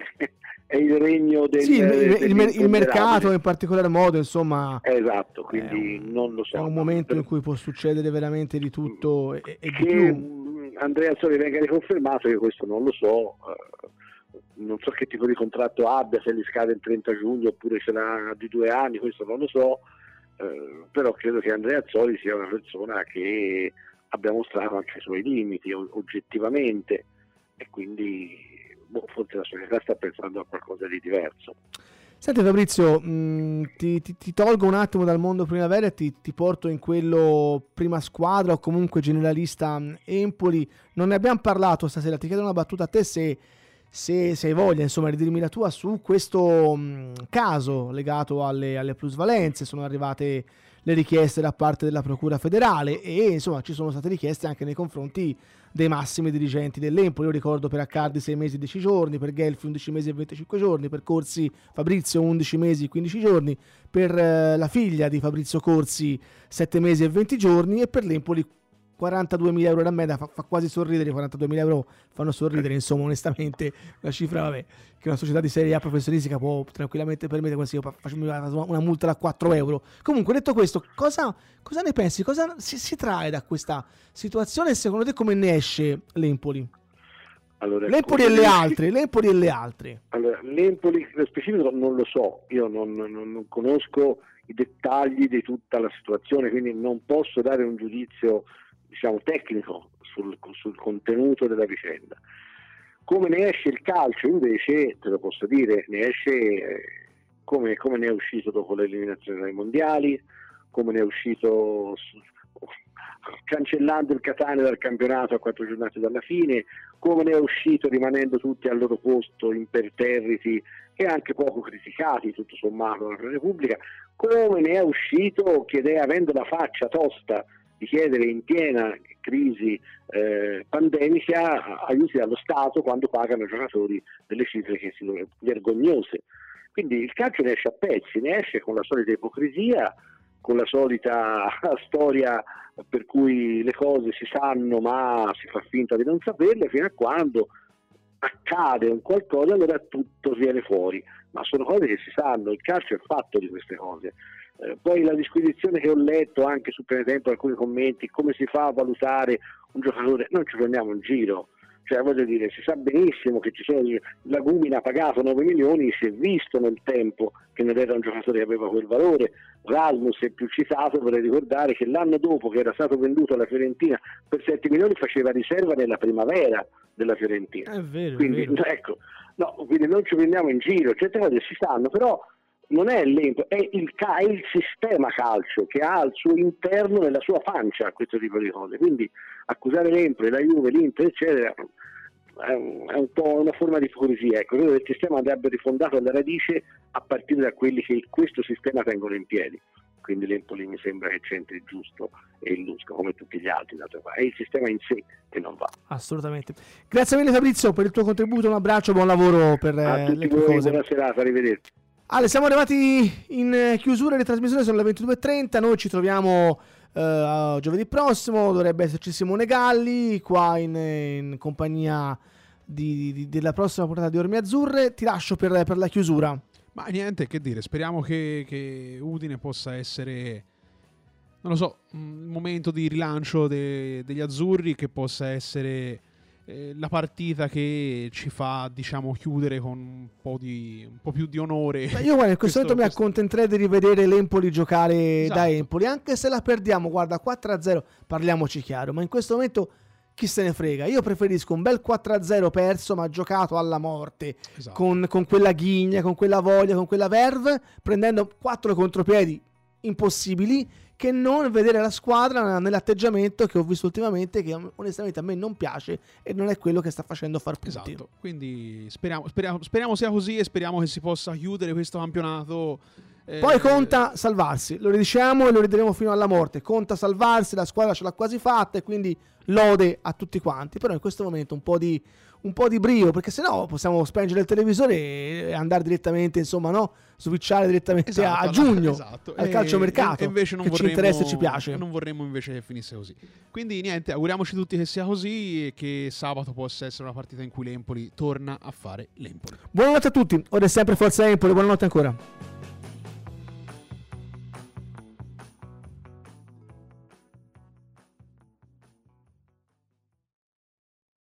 è il regno del, sì, il, il, il, il mercato in particolar modo, insomma, esatto, quindi un, non lo so, è un momento per, in cui può succedere veramente di tutto e, e di che più. Andrea Azzoli venga riconfermato, io questo non lo so, eh, non so che tipo di contratto abbia, se gli scade il trenta giugno oppure ce l'ha di due anni, questo non lo so, eh, però credo che Andrea Azzoli sia una persona che abbia mostrato anche i suoi limiti oggettivamente, e quindi forse la società sta pensando a qualcosa di diverso. Senti Fabrizio, mh, ti, ti, ti tolgo un attimo dal mondo primavera e ti, ti porto in quello prima squadra o comunque generalista Empoli. Non ne abbiamo parlato stasera, ti chiedo una battuta a te se, se, se hai voglia, insomma, di dirmi la tua su questo mh, caso legato alle, alle plusvalenze. Sono arrivate le richieste da parte della Procura federale e insomma ci sono state richieste anche nei confronti dei massimi dirigenti dell'Empoli. Io ricordo per Accardi sei mesi e dieci giorni, per Guelfi undici mesi e venticinque giorni, per Corsi Fabrizio undici mesi e quindici giorni, per eh, la figlia di Fabrizio Corsi sette mesi e venti giorni e per l'Empoli quarantaduemila euro da me, fa, fa quasi sorridere, quarantaduemila euro fanno sorridere, insomma, onestamente, una cifra, vabbè, che una società di Serie A professionistica può tranquillamente permettere, così facciamo una multa da quattro euro. Comunque, detto questo, cosa, cosa ne pensi? Cosa si, si trae da questa situazione e secondo te come ne esce l'Empoli? Allora, L'Empoli e le altre, l'Empoli e le altre. Allora, l'Empoli nello specifico non lo so, io non, non, non conosco i dettagli di tutta la situazione, quindi non posso dare un giudizio, diciamo, tecnico sul, sul contenuto della vicenda. Come ne esce il calcio invece, te lo posso dire, ne esce eh, come, come ne è uscito dopo l'eliminazione dai mondiali, come ne è uscito su, cancellando il Catania dal campionato a quattro giornate dalla fine, come ne è uscito rimanendo tutti al loro posto imperterriti e anche poco criticati tutto sommato dalla Repubblica, come ne è uscito chiede, avendo la faccia tosta di chiedere in piena crisi eh, pandemica aiuti dallo Stato quando pagano i giocatori delle cifre che si vergognose. Quindi il calcio ne esce a pezzi, ne esce con la solita ipocrisia, con la solita storia per cui le cose si sanno ma si fa finta di non saperle, fino a quando accade un qualcosa allora tutto viene fuori, ma sono cose che si sanno, il calcio è fatto di queste cose. Eh, poi la disquisizione che ho letto anche su Prenetempo, alcuni commenti, come si fa a valutare un giocatore, non ci prendiamo in giro, cioè voglio dire, si sa benissimo che ci sono, Lagumina ha pagato nove milioni, si è visto nel tempo che non era un giocatore che aveva quel valore. Rasmus è più citato, vorrei ricordare che l'anno dopo che era stato venduto alla Fiorentina per sette milioni faceva riserva nella primavera della Fiorentina. È vero, quindi, è vero. Ecco, no, quindi non ci prendiamo in giro, certe cose si sanno, però non è l'Empoli, è il, è il sistema calcio che ha al suo interno, nella sua pancia, questo tipo di cose. Quindi accusare l'Empoli, la Juve, l'Inter, eccetera, è un, è un po' una forma di ipocrisia. Ecco, credo che il sistema andrebbe rifondato alla radice a partire da quelli che questo sistema tengono in piedi. Quindi l'Empoli mi sembra che c'entri giusto e illusca come tutti gli altri, è il sistema in sé che non va. Assolutamente. Grazie mille Fabrizio per il tuo contributo, un abbraccio, buon lavoro per a eh, tutti le tue voi, cose. buona serata, arrivederci. Ale, siamo arrivati in chiusura di trasmissione, sono le ventidue e trenta, noi ci troviamo uh, giovedì prossimo, dovrebbe esserci Simone Galli qua in, in compagnia di, di, della prossima puntata di Orme Azzurre. Ti lascio per, per la chiusura. Ma niente, che dire, speriamo che, che Udine possa essere, non lo so, un momento di rilancio de, degli azzurri, che possa essere eh, la partita che ci fa, diciamo, chiudere con un po' di un po' più di onore. Ma io guarda, in questo momento mi accontenterei di rivedere l'Empoli giocare, esatto, da Empoli, anche se la perdiamo, guarda, quattro a zero, parliamoci chiaro, ma in questo momento chi se ne frega, io preferisco un bel quattro a zero perso ma giocato alla morte, esatto, con, con quella ghigna, con quella voglia, con quella verve, prendendo quattro contropiedi impossibili, che non vedere la squadra nell'atteggiamento che ho visto ultimamente, che onestamente a me non piace e non è quello che sta facendo far punti. Esatto, quindi speriamo, speriamo, speriamo sia così e speriamo che si possa chiudere questo campionato Eh, Poi conta salvarsi, lo ridiciamo e lo rideremo fino alla morte. Conta salvarsi, la squadra ce l'ha quasi fatta e quindi lode a tutti quanti. Però in questo momento un po' di, un po' di brio, perché sennò possiamo spengere il televisore e andare direttamente, insomma, no? Switchare direttamente esatto, a giugno, esatto. al E- calciomercato, e invece non che ci vorremmo- interessa e ci piace. Non vorremmo invece che finisse così. Quindi niente, auguriamoci tutti che sia così e che sabato possa essere una partita in cui l'Empoli torna a fare l'Empoli. Buonanotte a tutti, ora è sempre Forza Empoli, buonanotte ancora.